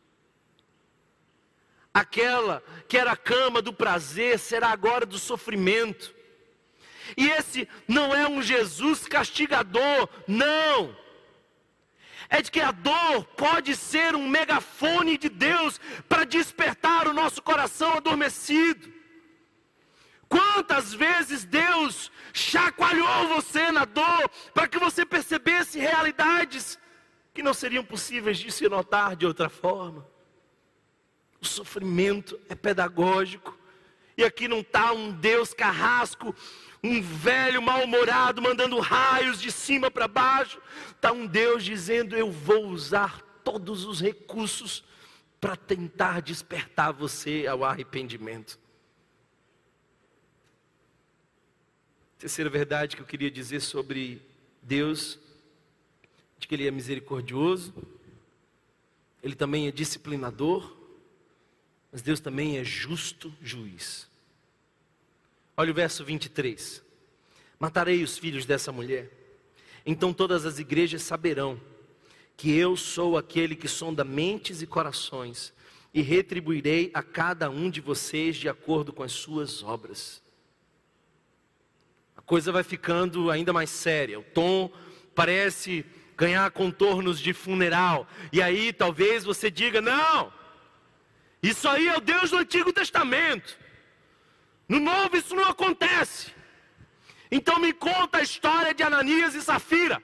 Aquela que era a cama do prazer, será agora do sofrimento. E esse não é um Jesus castigador, não. É de que a dor pode ser um megafone de Deus para despertar o nosso coração adormecido. Quantas vezes Deus chacoalhou você na dor para que você percebesse realidades que não seriam possíveis de se notar de outra forma. O sofrimento é pedagógico. E aqui não está um Deus carrasco, um velho mal-humorado mandando raios de cima para baixo. Está um Deus dizendo: eu vou usar todos os recursos para tentar despertar você ao arrependimento. Terceira verdade que eu queria dizer sobre Deus, de que Ele é misericordioso, Ele também é disciplinador, mas Deus também é justo juiz. Olha o verso vinte e três. Matarei os filhos dessa mulher, então todas as igrejas saberão que eu sou aquele que sonda mentes e corações, e retribuirei a cada um de vocês de acordo com as suas obras. A coisa vai ficando ainda mais séria, o tom parece ganhar contornos de funeral, e aí talvez você diga, não, isso aí é o Deus do Antigo Testamento, no Novo isso não acontece, então me conta a história de Ananias e Safira,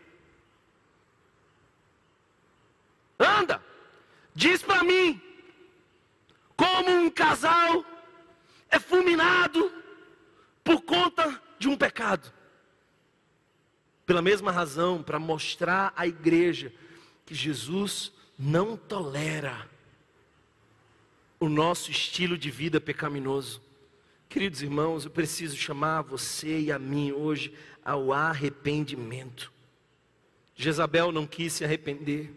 anda, diz para mim, como um casal é fulminado por conta de um pecado. Pela mesma razão, para mostrar à igreja que Jesus não tolera o nosso estilo de vida pecaminoso. Queridos irmãos, eu preciso chamar você e a mim hoje ao arrependimento. Jezabel não quis se arrepender.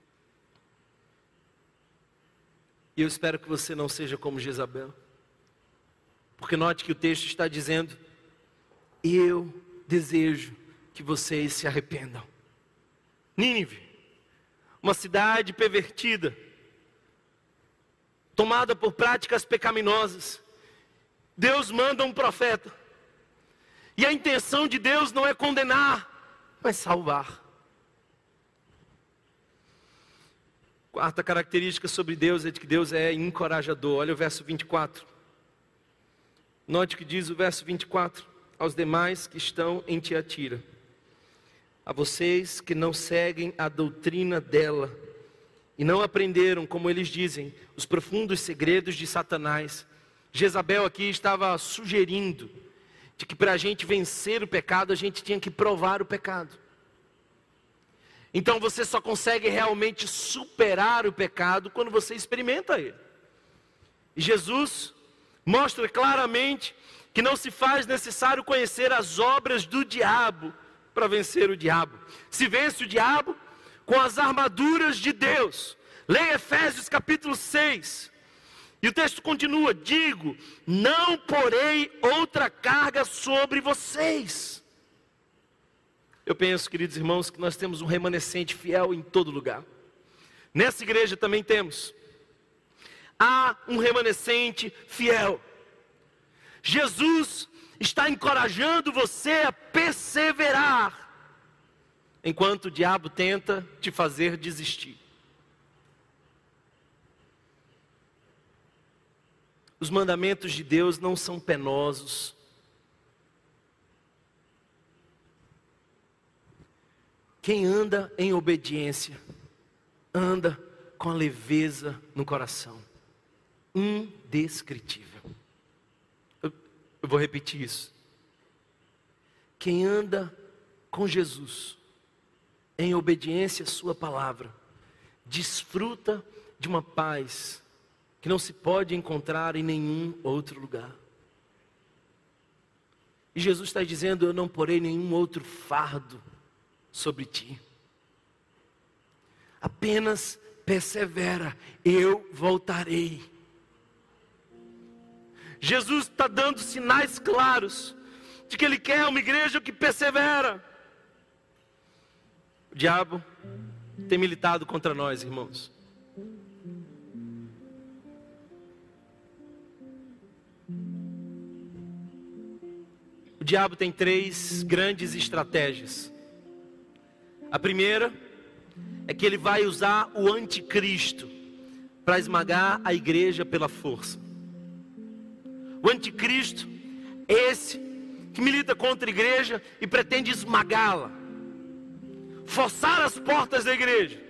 E eu espero que você não seja como Jezabel. Porque note que o texto está dizendo, eu desejo que vocês se arrependam. Nínive, uma cidade pervertida, tomada por práticas pecaminosas. Deus manda um profeta. E a intenção de Deus não é condenar, mas salvar. Quarta característica sobre Deus é de que Deus é encorajador. Olha o verso vinte e quatro. Note o que diz o verso vinte e quatro. Aos demais que estão em Tiatira, a vocês que não seguem a doutrina dela e não aprenderam, como eles dizem, os profundos segredos de Satanás. Jezabel aqui estava sugerindo de que para a gente vencer o pecado, a gente tinha que provar o pecado. Então você só consegue realmente superar o pecado quando você experimenta ele. E Jesus mostra claramente que não se faz necessário conhecer as obras do diabo para vencer o diabo. Se vence o diabo com as armaduras de Deus. Leia Efésios capítulo seis. E o texto continua, digo, não porei outra carga sobre vocês. Eu penso, queridos irmãos, que nós temos um remanescente fiel em todo lugar. Nessa igreja também temos. Há um remanescente fiel. Jesus está encorajando você a perseverar, enquanto o diabo tenta te fazer desistir. Os mandamentos de Deus não são penosos. Quem anda em obediência, anda com a leveza no coração. Indescritível. Eu, eu vou repetir isso. Quem anda com Jesus, em obediência à sua palavra, desfruta de uma paz que não se pode encontrar em nenhum outro lugar. E Jesus está dizendo, eu não porei nenhum outro fardo sobre ti. Apenas persevera, eu voltarei. Jesus está dando sinais claros de que Ele quer uma igreja que persevera. O diabo tem militado contra nós, irmãos. O diabo tem três grandes estratégias. A primeira é que ele vai usar o anticristo para esmagar a igreja pela força. O anticristo é esse que milita contra a igreja e pretende esmagá-la, forçar as portas da igreja.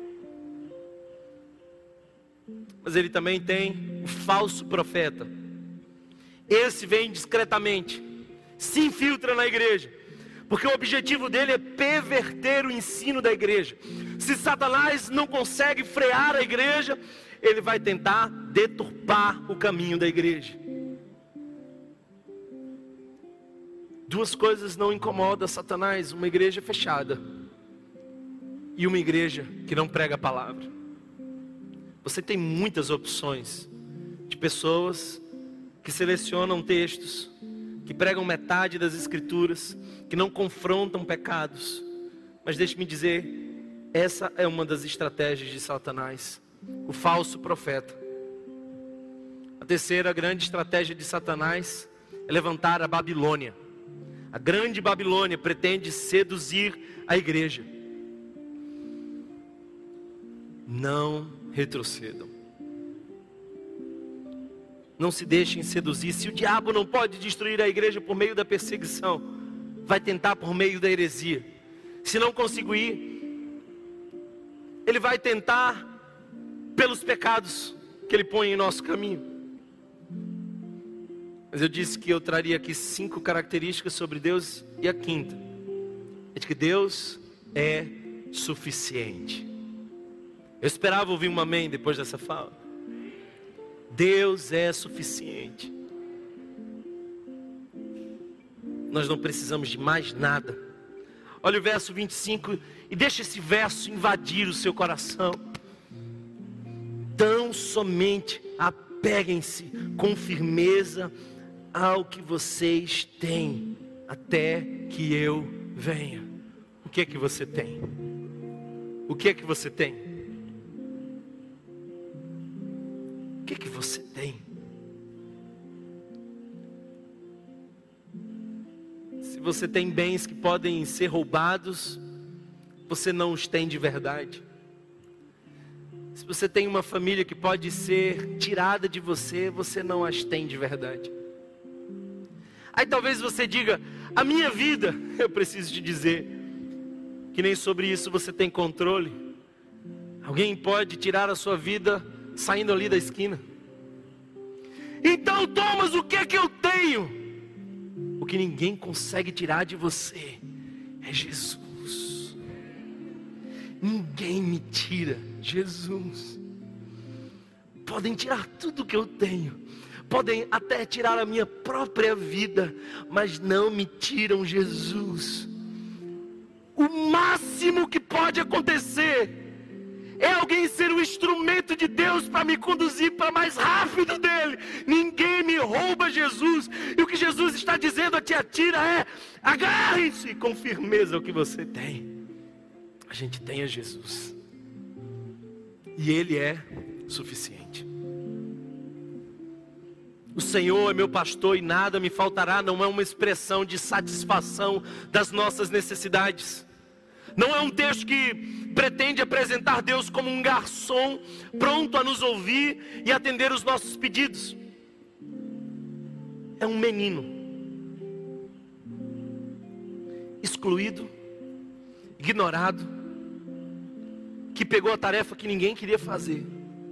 Mas ele também tem o falso profeta. Esse vem discretamente, se infiltra na igreja, porque o objetivo dele é perverter o ensino da igreja. Se Satanás não consegue frear a igreja, ele vai tentar deturpar o caminho da igreja. Duas coisas não incomodam Satanás: uma igreja fechada e uma igreja que não prega a palavra. Você tem muitas opções de pessoas que selecionam textos, que pregam metade das escrituras, que não confrontam pecados. Mas deixe-me dizer, essa é uma das estratégias de Satanás, o falso profeta. A terceira grande estratégia de Satanás é levantar a Babilônia. A grande Babilônia pretende seduzir a igreja. Não retrocedam. Não se deixem seduzir. Se o diabo não pode destruir a igreja por meio da perseguição, vai tentar por meio da heresia. Se não conseguir, ele vai tentar pelos pecados que ele põe em nosso caminho. Mas eu disse que eu traria aqui cinco características sobre Deus, e a quinta é de que Deus é suficiente. Eu esperava ouvir um amém depois dessa fala. Deus é suficiente. Nós não precisamos de mais nada. Olha o verso vinte e cinco e deixa esse verso invadir o seu coração. Tão somente apeguem-se com firmeza ao que vocês têm, até que eu venha. O que é que você tem? O que é que você tem? O que é que você tem? Se você tem bens que podem ser roubados, você não os tem de verdade. Se você tem uma família que pode ser tirada de você, você não as tem de verdade. Aí talvez você diga, a minha vida, eu preciso te dizer, que nem sobre isso você tem controle. Alguém pode tirar a sua vida saindo ali da esquina. Então, Thomas, o que é que eu tenho? O que ninguém consegue tirar de você é Jesus. Ninguém me tira Jesus. Podem tirar tudo que eu tenho, podem até tirar a minha própria vida, mas não me tiram Jesus. O máximo que pode acontecer é alguém ser o instrumento de Deus para me conduzir para mais rápido dele. Ninguém me rouba Jesus. E o que Jesus está dizendo a Tiatira é: agarre-se com firmeza ao que você tem. A gente tem a Jesus, e Ele é suficiente. O Senhor é meu pastor e nada me faltará. Não é uma expressão de satisfação das nossas necessidades. Não é um texto que pretende apresentar Deus como um garçom pronto a nos ouvir e atender os nossos pedidos. É um menino excluído, ignorado, que pegou a tarefa que ninguém queria fazer.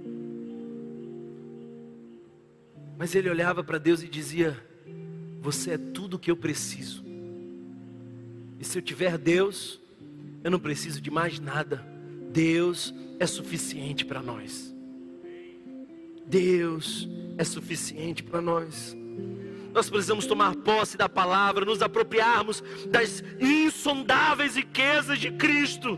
Mas ele olhava para Deus e dizia: você é tudo o que eu preciso. E se eu tiver Deus, eu não preciso de mais nada. Deus é suficiente para nós. Deus é suficiente para nós. Nós precisamos tomar posse da palavra, nos apropriarmos das insondáveis riquezas de Cristo.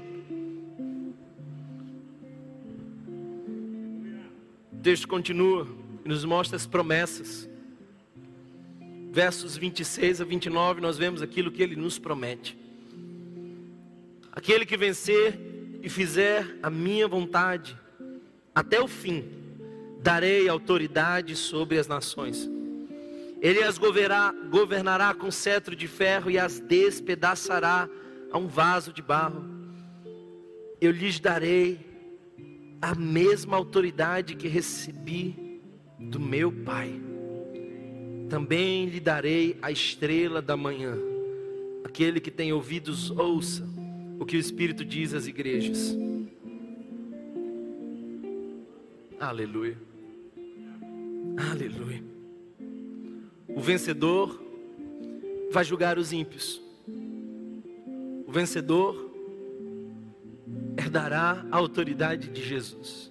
O texto continua e nos mostra as promessas. Versos vinte e seis a vinte e nove, nós vemos aquilo que Ele nos promete. Aquele que vencer e fizer a minha vontade até o fim, darei autoridade sobre as nações. Ele as governará, governará com cetro de ferro e as despedaçará a um vaso de barro. Eu lhes darei a mesma autoridade que recebi do meu Pai. Também lhe darei a estrela da manhã. Aquele que tem ouvidos, ouça o que o Espírito diz às igrejas. Aleluia. Aleluia. O vencedor vai julgar os ímpios. O vencedor herdará a autoridade de Jesus.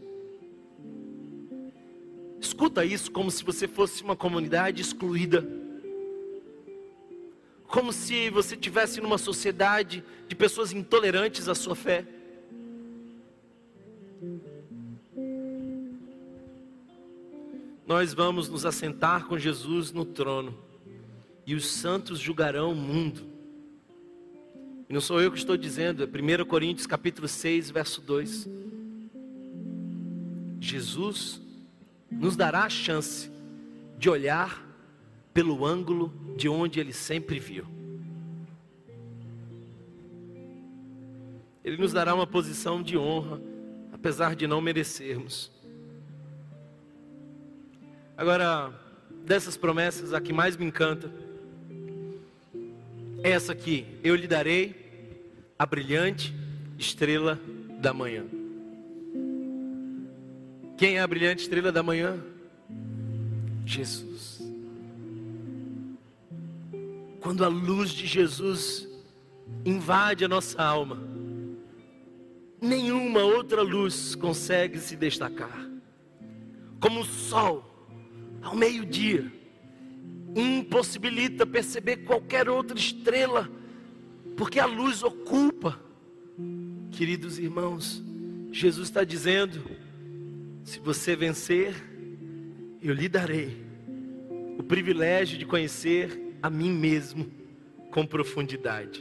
Escuta isso como se você fosse uma comunidade excluída. Como se você estivesse numa sociedade de pessoas intolerantes à sua fé. nós vamos nos assentar com Jesus no trono, e os santos julgarão o mundo. E não sou eu que estou dizendo, é primeira Coríntios capítulo seis, verso dois. Jesus nos dará a chance de olhar pelo ângulo de onde Ele sempre viu. Ele nos dará uma posição de honra, apesar de não merecermos. Agora, dessas promessas, a que mais me encanta é essa aqui: eu lhe darei a brilhante estrela da manhã. Quem é a brilhante estrela da manhã? Jesus. Quando a luz de Jesus invade a nossa alma, nenhuma outra luz consegue se destacar. Como o sol ao meio-dia impossibilita perceber qualquer outra estrela, porque a luz ocupa. Queridos irmãos, Jesus está dizendo: se você vencer, eu lhe darei o privilégio de conhecer a mim mesmo com profundidade.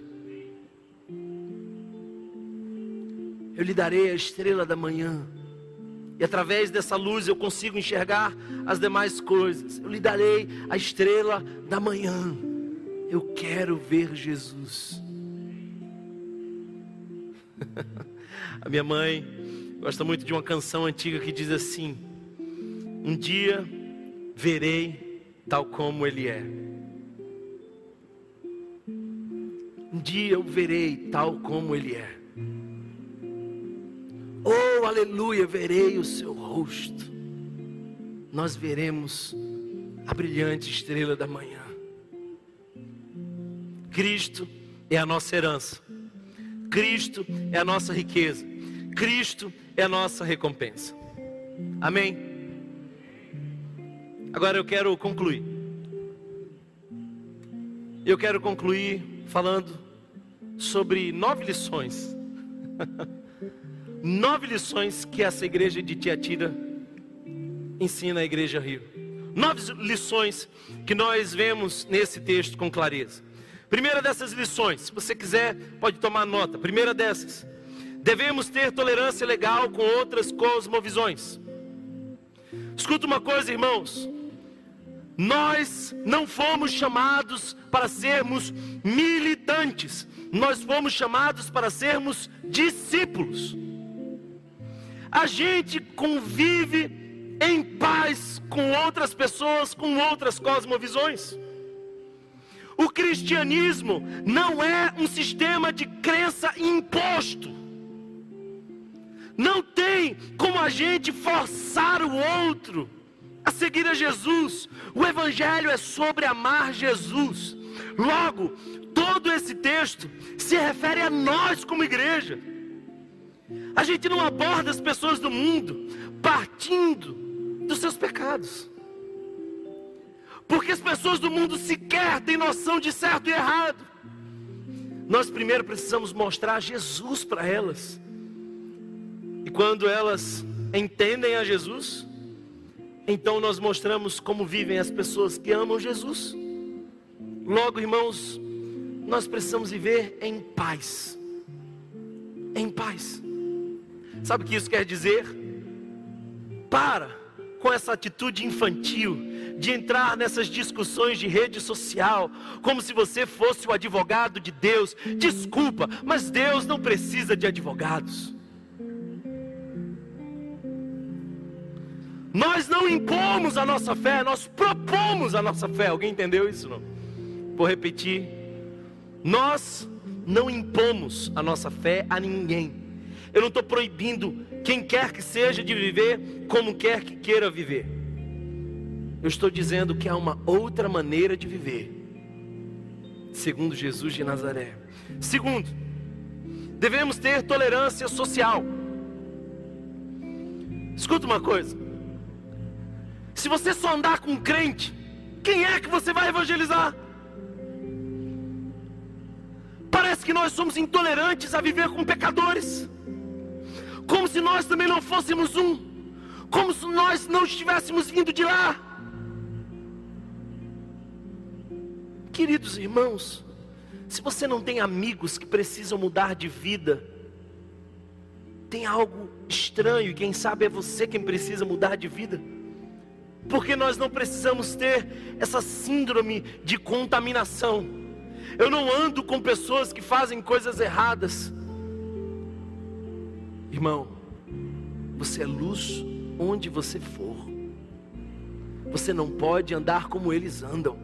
Eu lhe darei a estrela da manhã, e através dessa luz eu consigo enxergar as demais coisas. Eu lhe darei a estrela da manhã. Eu quero ver Jesus. A minha mãe gosta muito de uma canção antiga que diz assim: um dia verei tal como Ele é. Um dia eu verei tal como Ele é. Oh, aleluia, verei o seu rosto. Nós veremos a brilhante estrela da manhã. Cristo é a nossa herança. Cristo é a nossa riqueza. Cristo é a nossa recompensa. Amém? Agora eu quero concluir. Eu quero concluir falando sobre nove lições. Nove lições que essa igreja de Tiatira ensina a Igreja Rio. Nove lições que nós vemos nesse texto com clareza. Primeira dessas lições, se você quiser pode tomar nota. Primeira dessas: devemos ter tolerância legal com outras cosmovisões. Escuta uma coisa, irmãos: nós não fomos chamados para sermos militantes, nós fomos chamados para sermos discípulos. A gente convive em paz com outras pessoas, com outras cosmovisões. O cristianismo não é um sistema de crença imposto. Não tem como a gente forçar o outro a seguir a Jesus. O evangelho é sobre amar Jesus. Logo, todo esse texto se refere a nós como igreja. A gente não aborda as pessoas do mundo partindo dos seus pecados, porque as pessoas do mundo sequer têm noção de certo e errado. Nós primeiro precisamos mostrar Jesus para elas. E quando elas entendem a Jesus, então nós mostramos como vivem as pessoas que amam Jesus. Logo, irmãos, nós precisamos viver em paz. Em paz. Sabe o que isso quer dizer? Para com essa atitude infantil de entrar nessas discussões de rede social como se você fosse o advogado de Deus. Desculpa, mas Deus não precisa de advogados. Nós não impomos a nossa fé, nós propomos a nossa fé. Alguém entendeu isso, não? Vou repetir. Nós não impomos a nossa fé a ninguém. Eu não estou proibindo quem quer que seja de viver como quer que queira viver. Eu estou dizendo que há uma outra maneira de viver, segundo Jesus de Nazaré. Segundo, devemos ter tolerância social. Escuta uma coisa: se você só andar com um crente, quem é que você vai evangelizar? Parece que nós somos intolerantes a viver com pecadores, como se nós também não fôssemos um, como se nós não estivéssemos vindo de lá. Queridos irmãos, se você não tem amigos que precisam mudar de vida, tem algo estranho, e quem sabe é você quem precisa mudar de vida. Porque nós não precisamos ter essa síndrome de contaminação. Eu não ando com pessoas que fazem coisas erradas. Irmão, você é luz onde você for. Você não pode andar como eles andam.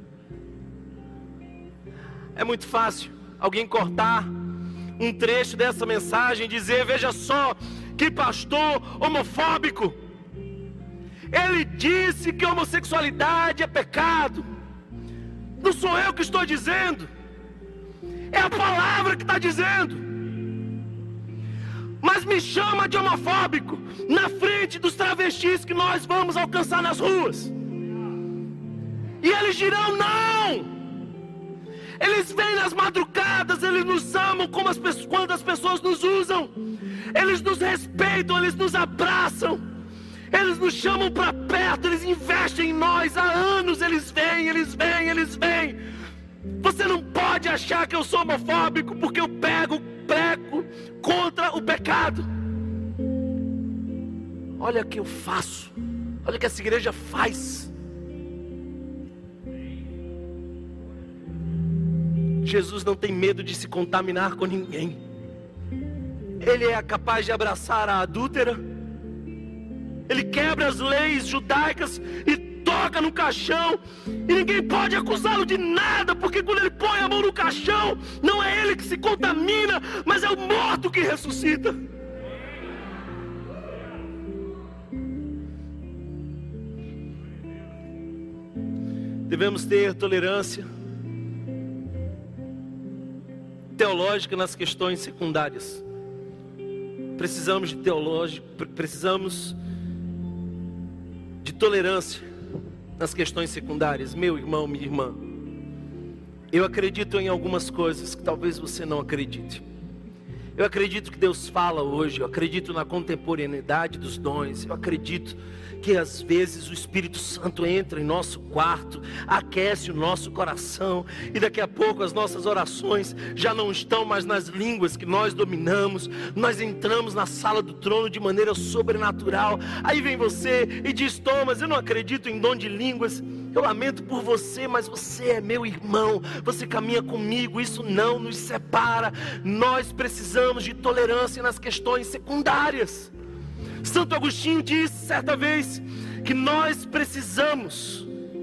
É muito fácil alguém cortar um trecho dessa mensagem e dizer: veja só, que pastor homofóbico. Ele disse que homossexualidade é pecado. Não sou eu que estou dizendo, é a palavra que está dizendo. Mas me chama de homofóbico na frente dos travestis que nós vamos alcançar nas ruas. E eles dirão: não. Eles vêm nas madrugadas, eles nos amam como as pessoas, quando as pessoas nos usam. Eles nos respeitam, eles nos abraçam, eles nos chamam para perto, eles investem em nós. Há anos eles vêm, eles vêm, eles vêm. Você não pode achar que eu sou homofóbico porque eu pego, prego contra o pecado. Olha o que eu faço, olha o que essa igreja faz. Jesus não tem medo de se contaminar com ninguém. Ele é capaz de abraçar a adúltera. Ele quebra as leis judaicas e toca no caixão, e ninguém pode acusá-lo de nada, porque quando ele põe a mão no caixão, não é ele que se contamina, mas é o morto que ressuscita. Devemos ter tolerância teológica nas questões secundárias. Precisamos de teológico, precisamos de tolerância nas questões secundárias. Meu irmão, minha irmã, eu acredito em algumas coisas que talvez você não acredite. Eu acredito que Deus fala hoje, eu acredito na contemporaneidade dos dons, eu acredito que às vezes o Espírito Santo entra em nosso quarto, aquece o nosso coração, e daqui a pouco as nossas orações já não estão mais nas línguas que nós dominamos, nós entramos na sala do trono de maneira sobrenatural. Aí vem você e diz: Thomas, eu não acredito em dom de línguas. Eu lamento por você, mas você é meu irmão, você caminha comigo, isso não nos separa. Nós precisamos de tolerância nas questões secundárias. Santo Agostinho disse certa vez que nós precisamos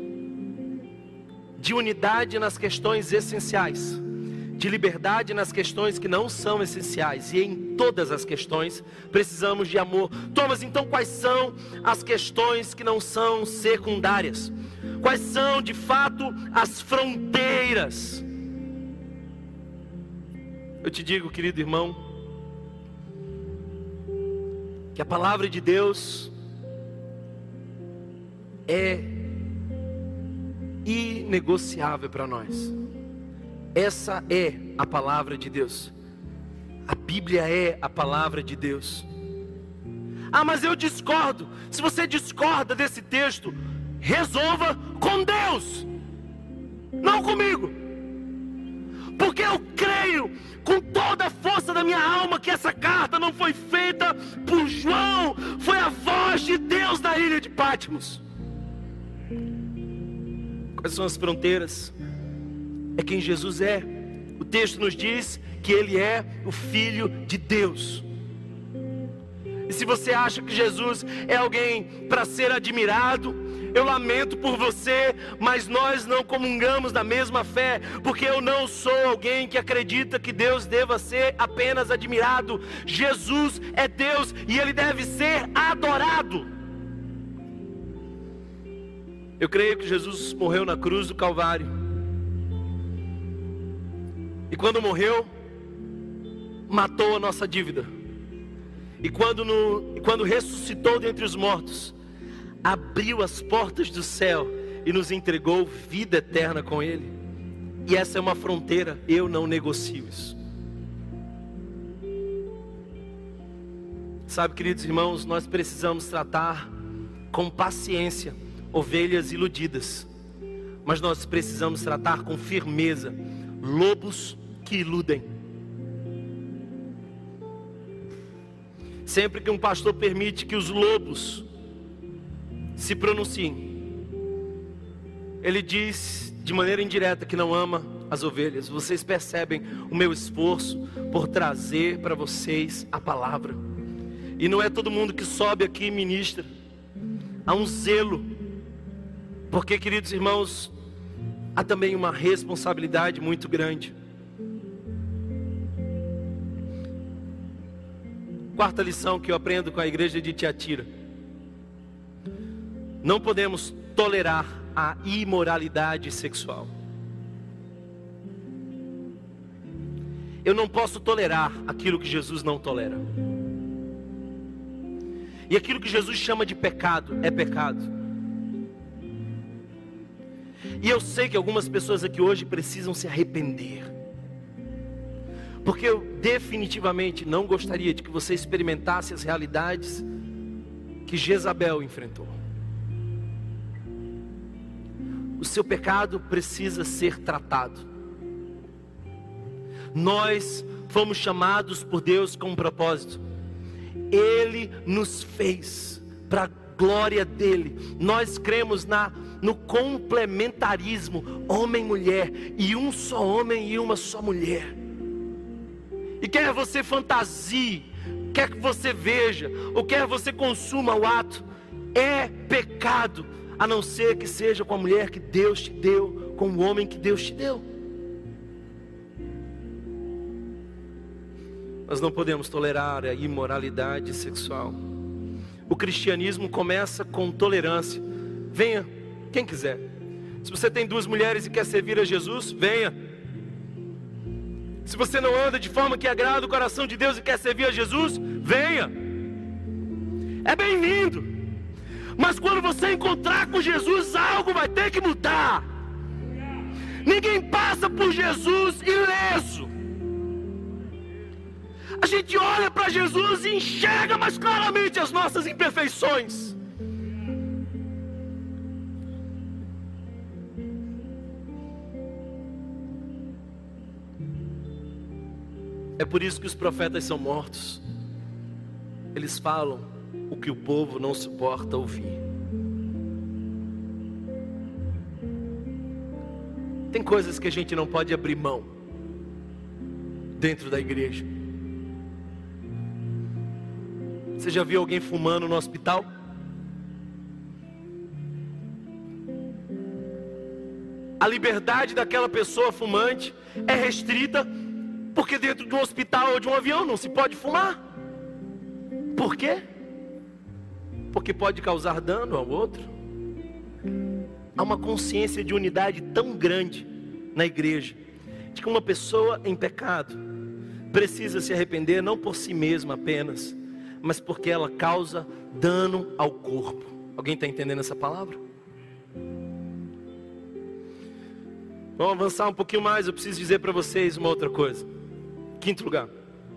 de unidade nas questões essenciais, de liberdade nas questões que não são essenciais, e em todas as questões precisamos de amor. Thomas, então quais são as questões que não são secundárias? Quais são de fato as fronteiras? Eu te digo, querido irmão, que a palavra de Deus é inegociável para nós. Essa é a palavra de Deus. A Bíblia é a palavra de Deus. Ah, mas eu discordo. Se você discorda desse texto, resolva com Deus, não comigo. Porque eu creio com toda a força da minha alma que essa carta não foi feita por João, foi a voz de Deus na ilha de Patmos. Quais são as fronteiras? É quem Jesus é. O texto nos diz que Ele é o Filho de Deus. E se você acha que Jesus é alguém para ser admirado, eu lamento por você, mas nós não comungamos da mesma fé, porque eu não sou alguém que acredita que Deus deva ser apenas admirado. Jesus é Deus e Ele deve ser adorado. Eu creio que Jesus morreu na cruz do Calvário, e quando morreu, matou a nossa dívida, e quando, no, quando ressuscitou dentre os mortos, abriu as portas do céu e nos entregou vida eterna com Ele. E essa é uma fronteira, eu não negocio isso. Sabe, queridos irmãos, nós precisamos tratar com paciência ovelhas iludidas, mas nós precisamos tratar com firmeza lobos que iludem. Sempre que um pastor permite que os lobos se pronunciem, ele diz de maneira indireta que não ama as ovelhas. Vocês percebem o meu esforço por trazer para vocês a palavra. E não é todo mundo que sobe aqui e ministra. Há um zelo. Porque, queridos irmãos, há também uma responsabilidade muito grande. Quarta lição que eu aprendo com a igreja de Tiatira: não podemos tolerar a imoralidade sexual. Eu não posso tolerar aquilo que Jesus não tolera. E aquilo que Jesus chama de pecado é pecado. E eu sei que algumas pessoas aqui hoje precisam se arrepender, porque eu definitivamente não gostaria de que você experimentasse as realidades que Jezabel enfrentou. O seu pecado precisa ser tratado. Nós fomos chamados por Deus com um propósito. Ele nos fez para a glória dele. Nós cremos na, no complementarismo homem-mulher, e um só homem e uma só mulher. E quer você fantasie, quer que você veja, ou quer você consuma o ato, é pecado, a não ser que seja com a mulher que Deus te deu, com o homem que Deus te deu. Nós não podemos tolerar a imoralidade sexual. O cristianismo começa com tolerância. Venha, quem quiser. Se você tem duas mulheres e quer servir a Jesus, venha. Se você não anda de forma que agrada o coração de Deus e quer servir a Jesus, venha. É bem-vindo. Mas quando você encontrar com Jesus, algo vai ter que mudar. Ninguém passa por Jesus ileso. A gente olha para Jesus e enxerga mais claramente as nossas imperfeições. É por isso que os profetas são mortos. Eles falam o que o povo não suporta ouvir. Tem coisas que a gente não pode abrir mão dentro da igreja. Você já viu alguém fumando no hospital? A liberdade daquela pessoa fumante é restrita, porque dentro de um hospital ou de um avião não se pode fumar. Por quê? Porque pode causar dano ao outro. Há uma consciência de unidade tão grande na igreja, de que uma pessoa em pecado precisa se arrepender não por si mesma apenas, mas porque ela causa dano ao corpo. Alguém está entendendo essa palavra? Vamos avançar um pouquinho mais. Eu preciso dizer para vocês uma outra coisa. Quinto lugar: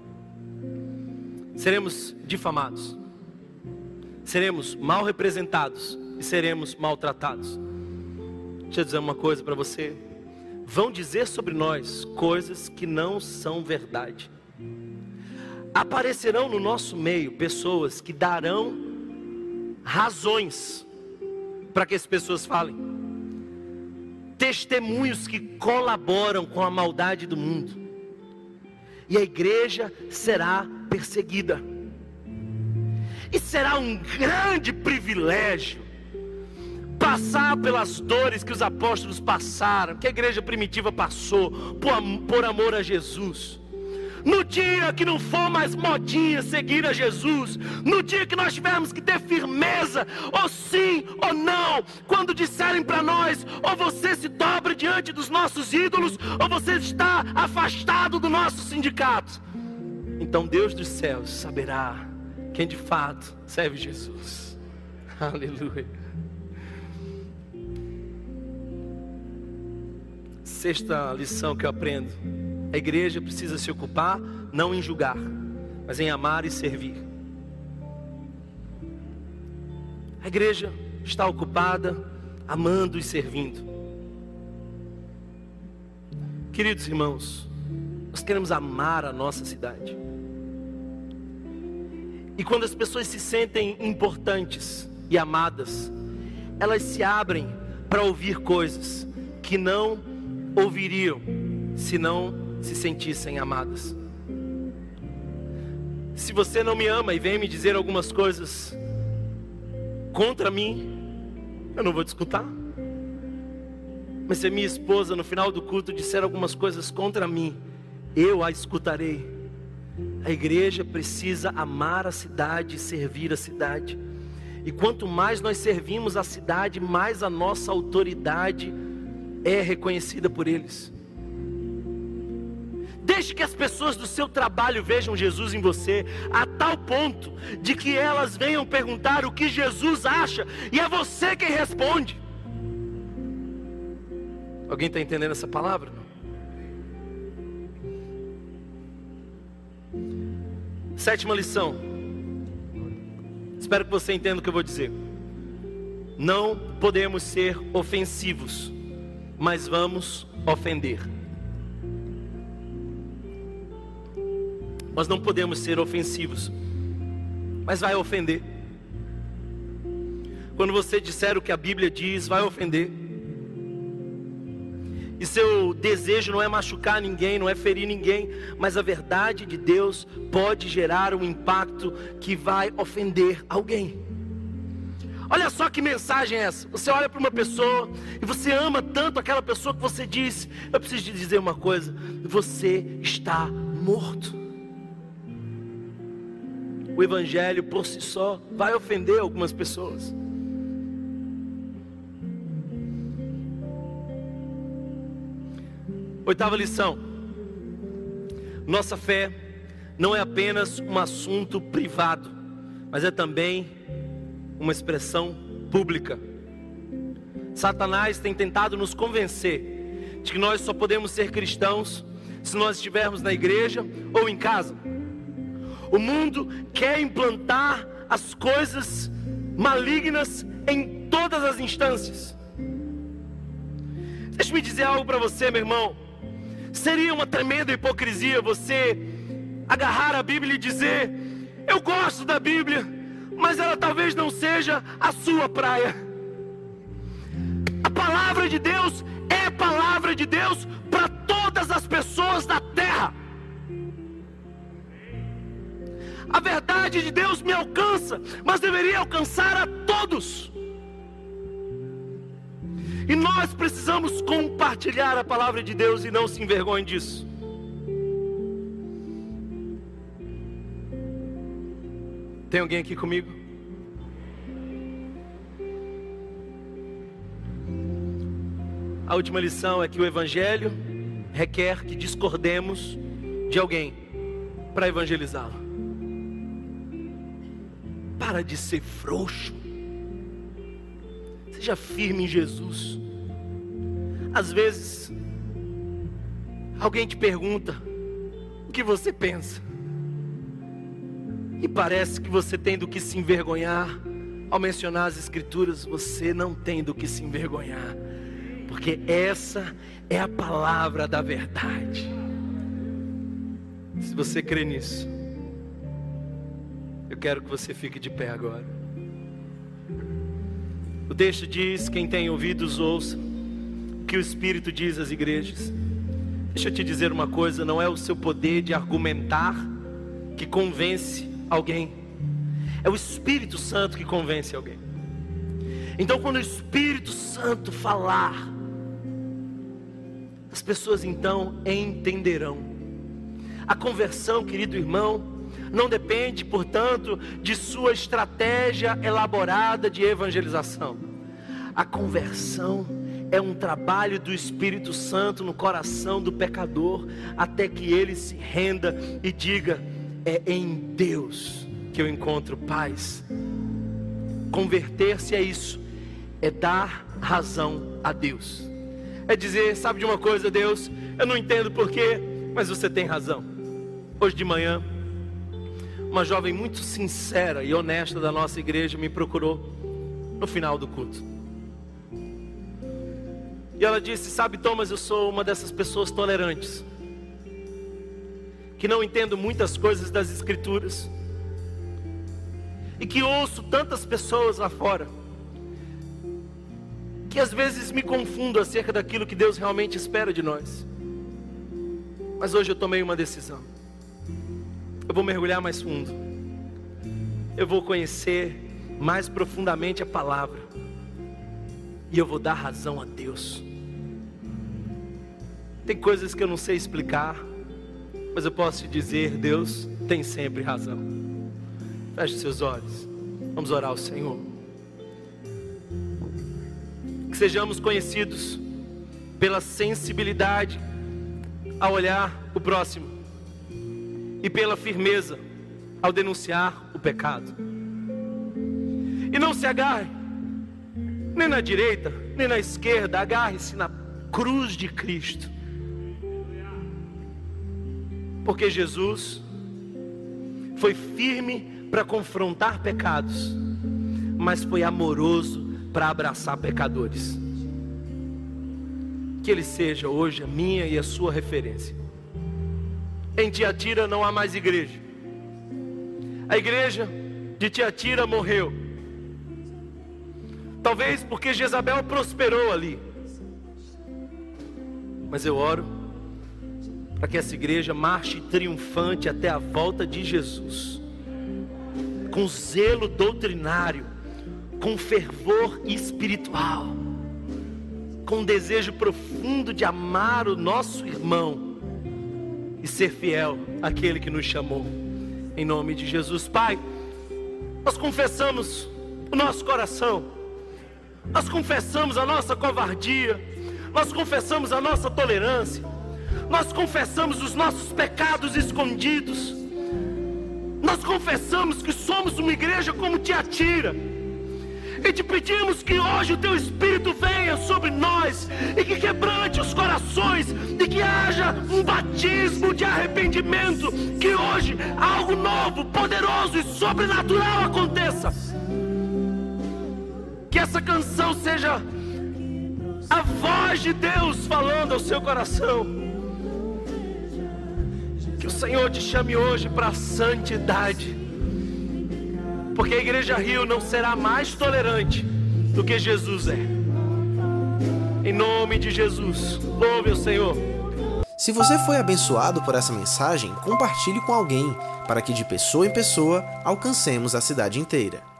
seremos difamados, seremos mal representados e seremos maltratados. Deixa eu dizer uma coisa para você: vão dizer sobre nós coisas que não são verdade. Aparecerão no nosso meio pessoas que darão razões para que as pessoas falem, testemunhos que colaboram com a maldade do mundo, e a igreja será perseguida. E será um grande privilégio passar pelas dores que os apóstolos passaram, que a igreja primitiva passou, por, por amor a Jesus. No dia que não for mais modinha seguir a Jesus, no dia que nós tivermos que ter firmeza, ou sim ou não, quando disserem para nós: ou você se dobra diante dos nossos ídolos, ou você está afastado do nosso sindicato, então Deus dos céus saberá quem de fato serve Jesus. Aleluia. Sexta lição que eu aprendo: a igreja precisa se ocupar não em julgar, mas em amar e servir. A igreja está ocupada, amando e servindo. Queridos irmãos, nós queremos amar a nossa cidade. E quando as pessoas se sentem importantes e amadas, elas se abrem para ouvir coisas que não ouviriam se não se sentissem amadas. Se você não me ama e vem me dizer algumas coisas contra mim, eu não vou te escutar. Mas se a minha esposa no final do culto disser algumas coisas contra mim, eu a escutarei. A igreja precisa amar a cidade e servir a cidade. E quanto mais nós servimos a cidade, mais a nossa autoridade é reconhecida por eles. Deixe que as pessoas do seu trabalho vejam Jesus em você, a tal ponto de que elas venham perguntar o que Jesus acha, e é você quem responde. Alguém está entendendo essa palavra? Não? Sétima lição. Espero que você entenda o que eu vou dizer. Não podemos ser ofensivos, mas vamos ofender. Nós não podemos ser ofensivos, mas vai ofender. Quando você disser o que a Bíblia diz, vai ofender. E seu desejo não é machucar ninguém, não é ferir ninguém, mas a verdade de Deus pode gerar um impacto que vai ofender alguém. Olha só que mensagem é essa. Você olha para uma pessoa e você ama tanto aquela pessoa que você diz: eu preciso te dizer uma coisa, você está morto. O evangelho por si só vai ofender algumas pessoas. Oitava lição. Nossa fé não é apenas um assunto privado, mas é também uma expressão pública. Satanás tem tentado nos convencer de que nós só podemos ser cristãos se nós estivermos na igreja ou em casa. O mundo quer implantar as coisas malignas em todas as instâncias. Deixa-me dizer algo para você, meu irmão. Seria uma tremenda hipocrisia você agarrar a Bíblia e dizer: eu gosto da Bíblia, mas ela talvez não seja a sua praia. A palavra de Deus é palavra de Deus para todas as pessoas da terra. A verdade de Deus me alcança, mas deveria alcançar a todos. E nós precisamos compartilhar a palavra de Deus e não se envergonhe disso. Tem alguém aqui comigo? A última lição é que o evangelho requer que discordemos de alguém para evangelizá-lo. Para de ser frouxo. Seja firme em Jesus. Às vezes alguém te pergunta o que você pensa, e parece que você tem do que se envergonhar. Ao mencionar as escrituras, você não tem do que se envergonhar, porque essa é a palavra da verdade. Se você crê nisso, eu quero que você fique de pé agora. O texto diz: quem tem ouvidos ouça o que o Espírito diz às igrejas. Deixa eu te dizer uma coisa: não é o seu poder de argumentar que convence alguém, é o Espírito Santo que convence alguém. Então quando o Espírito Santo falar, as pessoas então entenderão. A conversão, querido irmão, não depende, portanto, de sua estratégia elaborada de evangelização. A conversão é um trabalho do Espírito Santo no coração do pecador, até que ele se renda e diga: é em Deus que eu encontro paz. Converter-se é isso, é dar razão a Deus. É dizer: sabe de uma coisa, Deus, eu não entendo porquê, mas você tem razão. Hoje de manhã, uma jovem muito sincera e honesta da nossa igreja me procurou no final do culto. E ela disse: sabe, Thomas, eu sou uma dessas pessoas tolerantes, que não entendo muitas coisas das Escrituras, e que ouço tantas pessoas lá fora, que às vezes me confundo acerca daquilo que Deus realmente espera de nós. Mas hoje eu tomei uma decisão. Eu vou mergulhar mais fundo. Eu vou conhecer mais profundamente a palavra. E eu vou dar razão a Deus. Tem coisas que eu não sei explicar, mas eu posso te dizer, Deus tem sempre razão. Feche seus olhos. Vamos orar ao Senhor. Que sejamos conhecidos pela sensibilidade ao olhar o próximo e pela firmeza ao denunciar o pecado. E não se agarre nem na direita, nem na esquerda. Agarre-se na cruz de Cristo. Porque Jesus foi firme para confrontar pecados, mas foi amoroso para abraçar pecadores. Que Ele seja hoje a minha e a sua referência. Em Tiatira não há mais igreja. A igreja de Tiatira morreu. Talvez porque Jezabel prosperou ali. Mas eu oro para que essa igreja marche triunfante até a volta de Jesus, com zelo doutrinário, com fervor espiritual, com um desejo profundo de amar o nosso irmão e ser fiel àquele que nos chamou. Em nome de Jesus. Pai, nós confessamos o nosso coração, nós confessamos a nossa covardia, nós confessamos a nossa tolerância, nós confessamos os nossos pecados escondidos, nós confessamos que somos uma igreja como Tiatira, e te pedimos que hoje o Teu Espírito venha sobre nós, e que quebrante os corações, e que haja um batismo de arrependimento, que hoje algo novo, poderoso e sobrenatural aconteça. Que essa canção seja a voz de Deus falando ao seu coração. Que o Senhor te chame hoje para a santidade, porque a Igreja Rio não será mais tolerante do que Jesus é. Em nome de Jesus, louve o Senhor. Se você foi abençoado por essa mensagem, compartilhe com alguém, para que de pessoa em pessoa alcancemos a cidade inteira.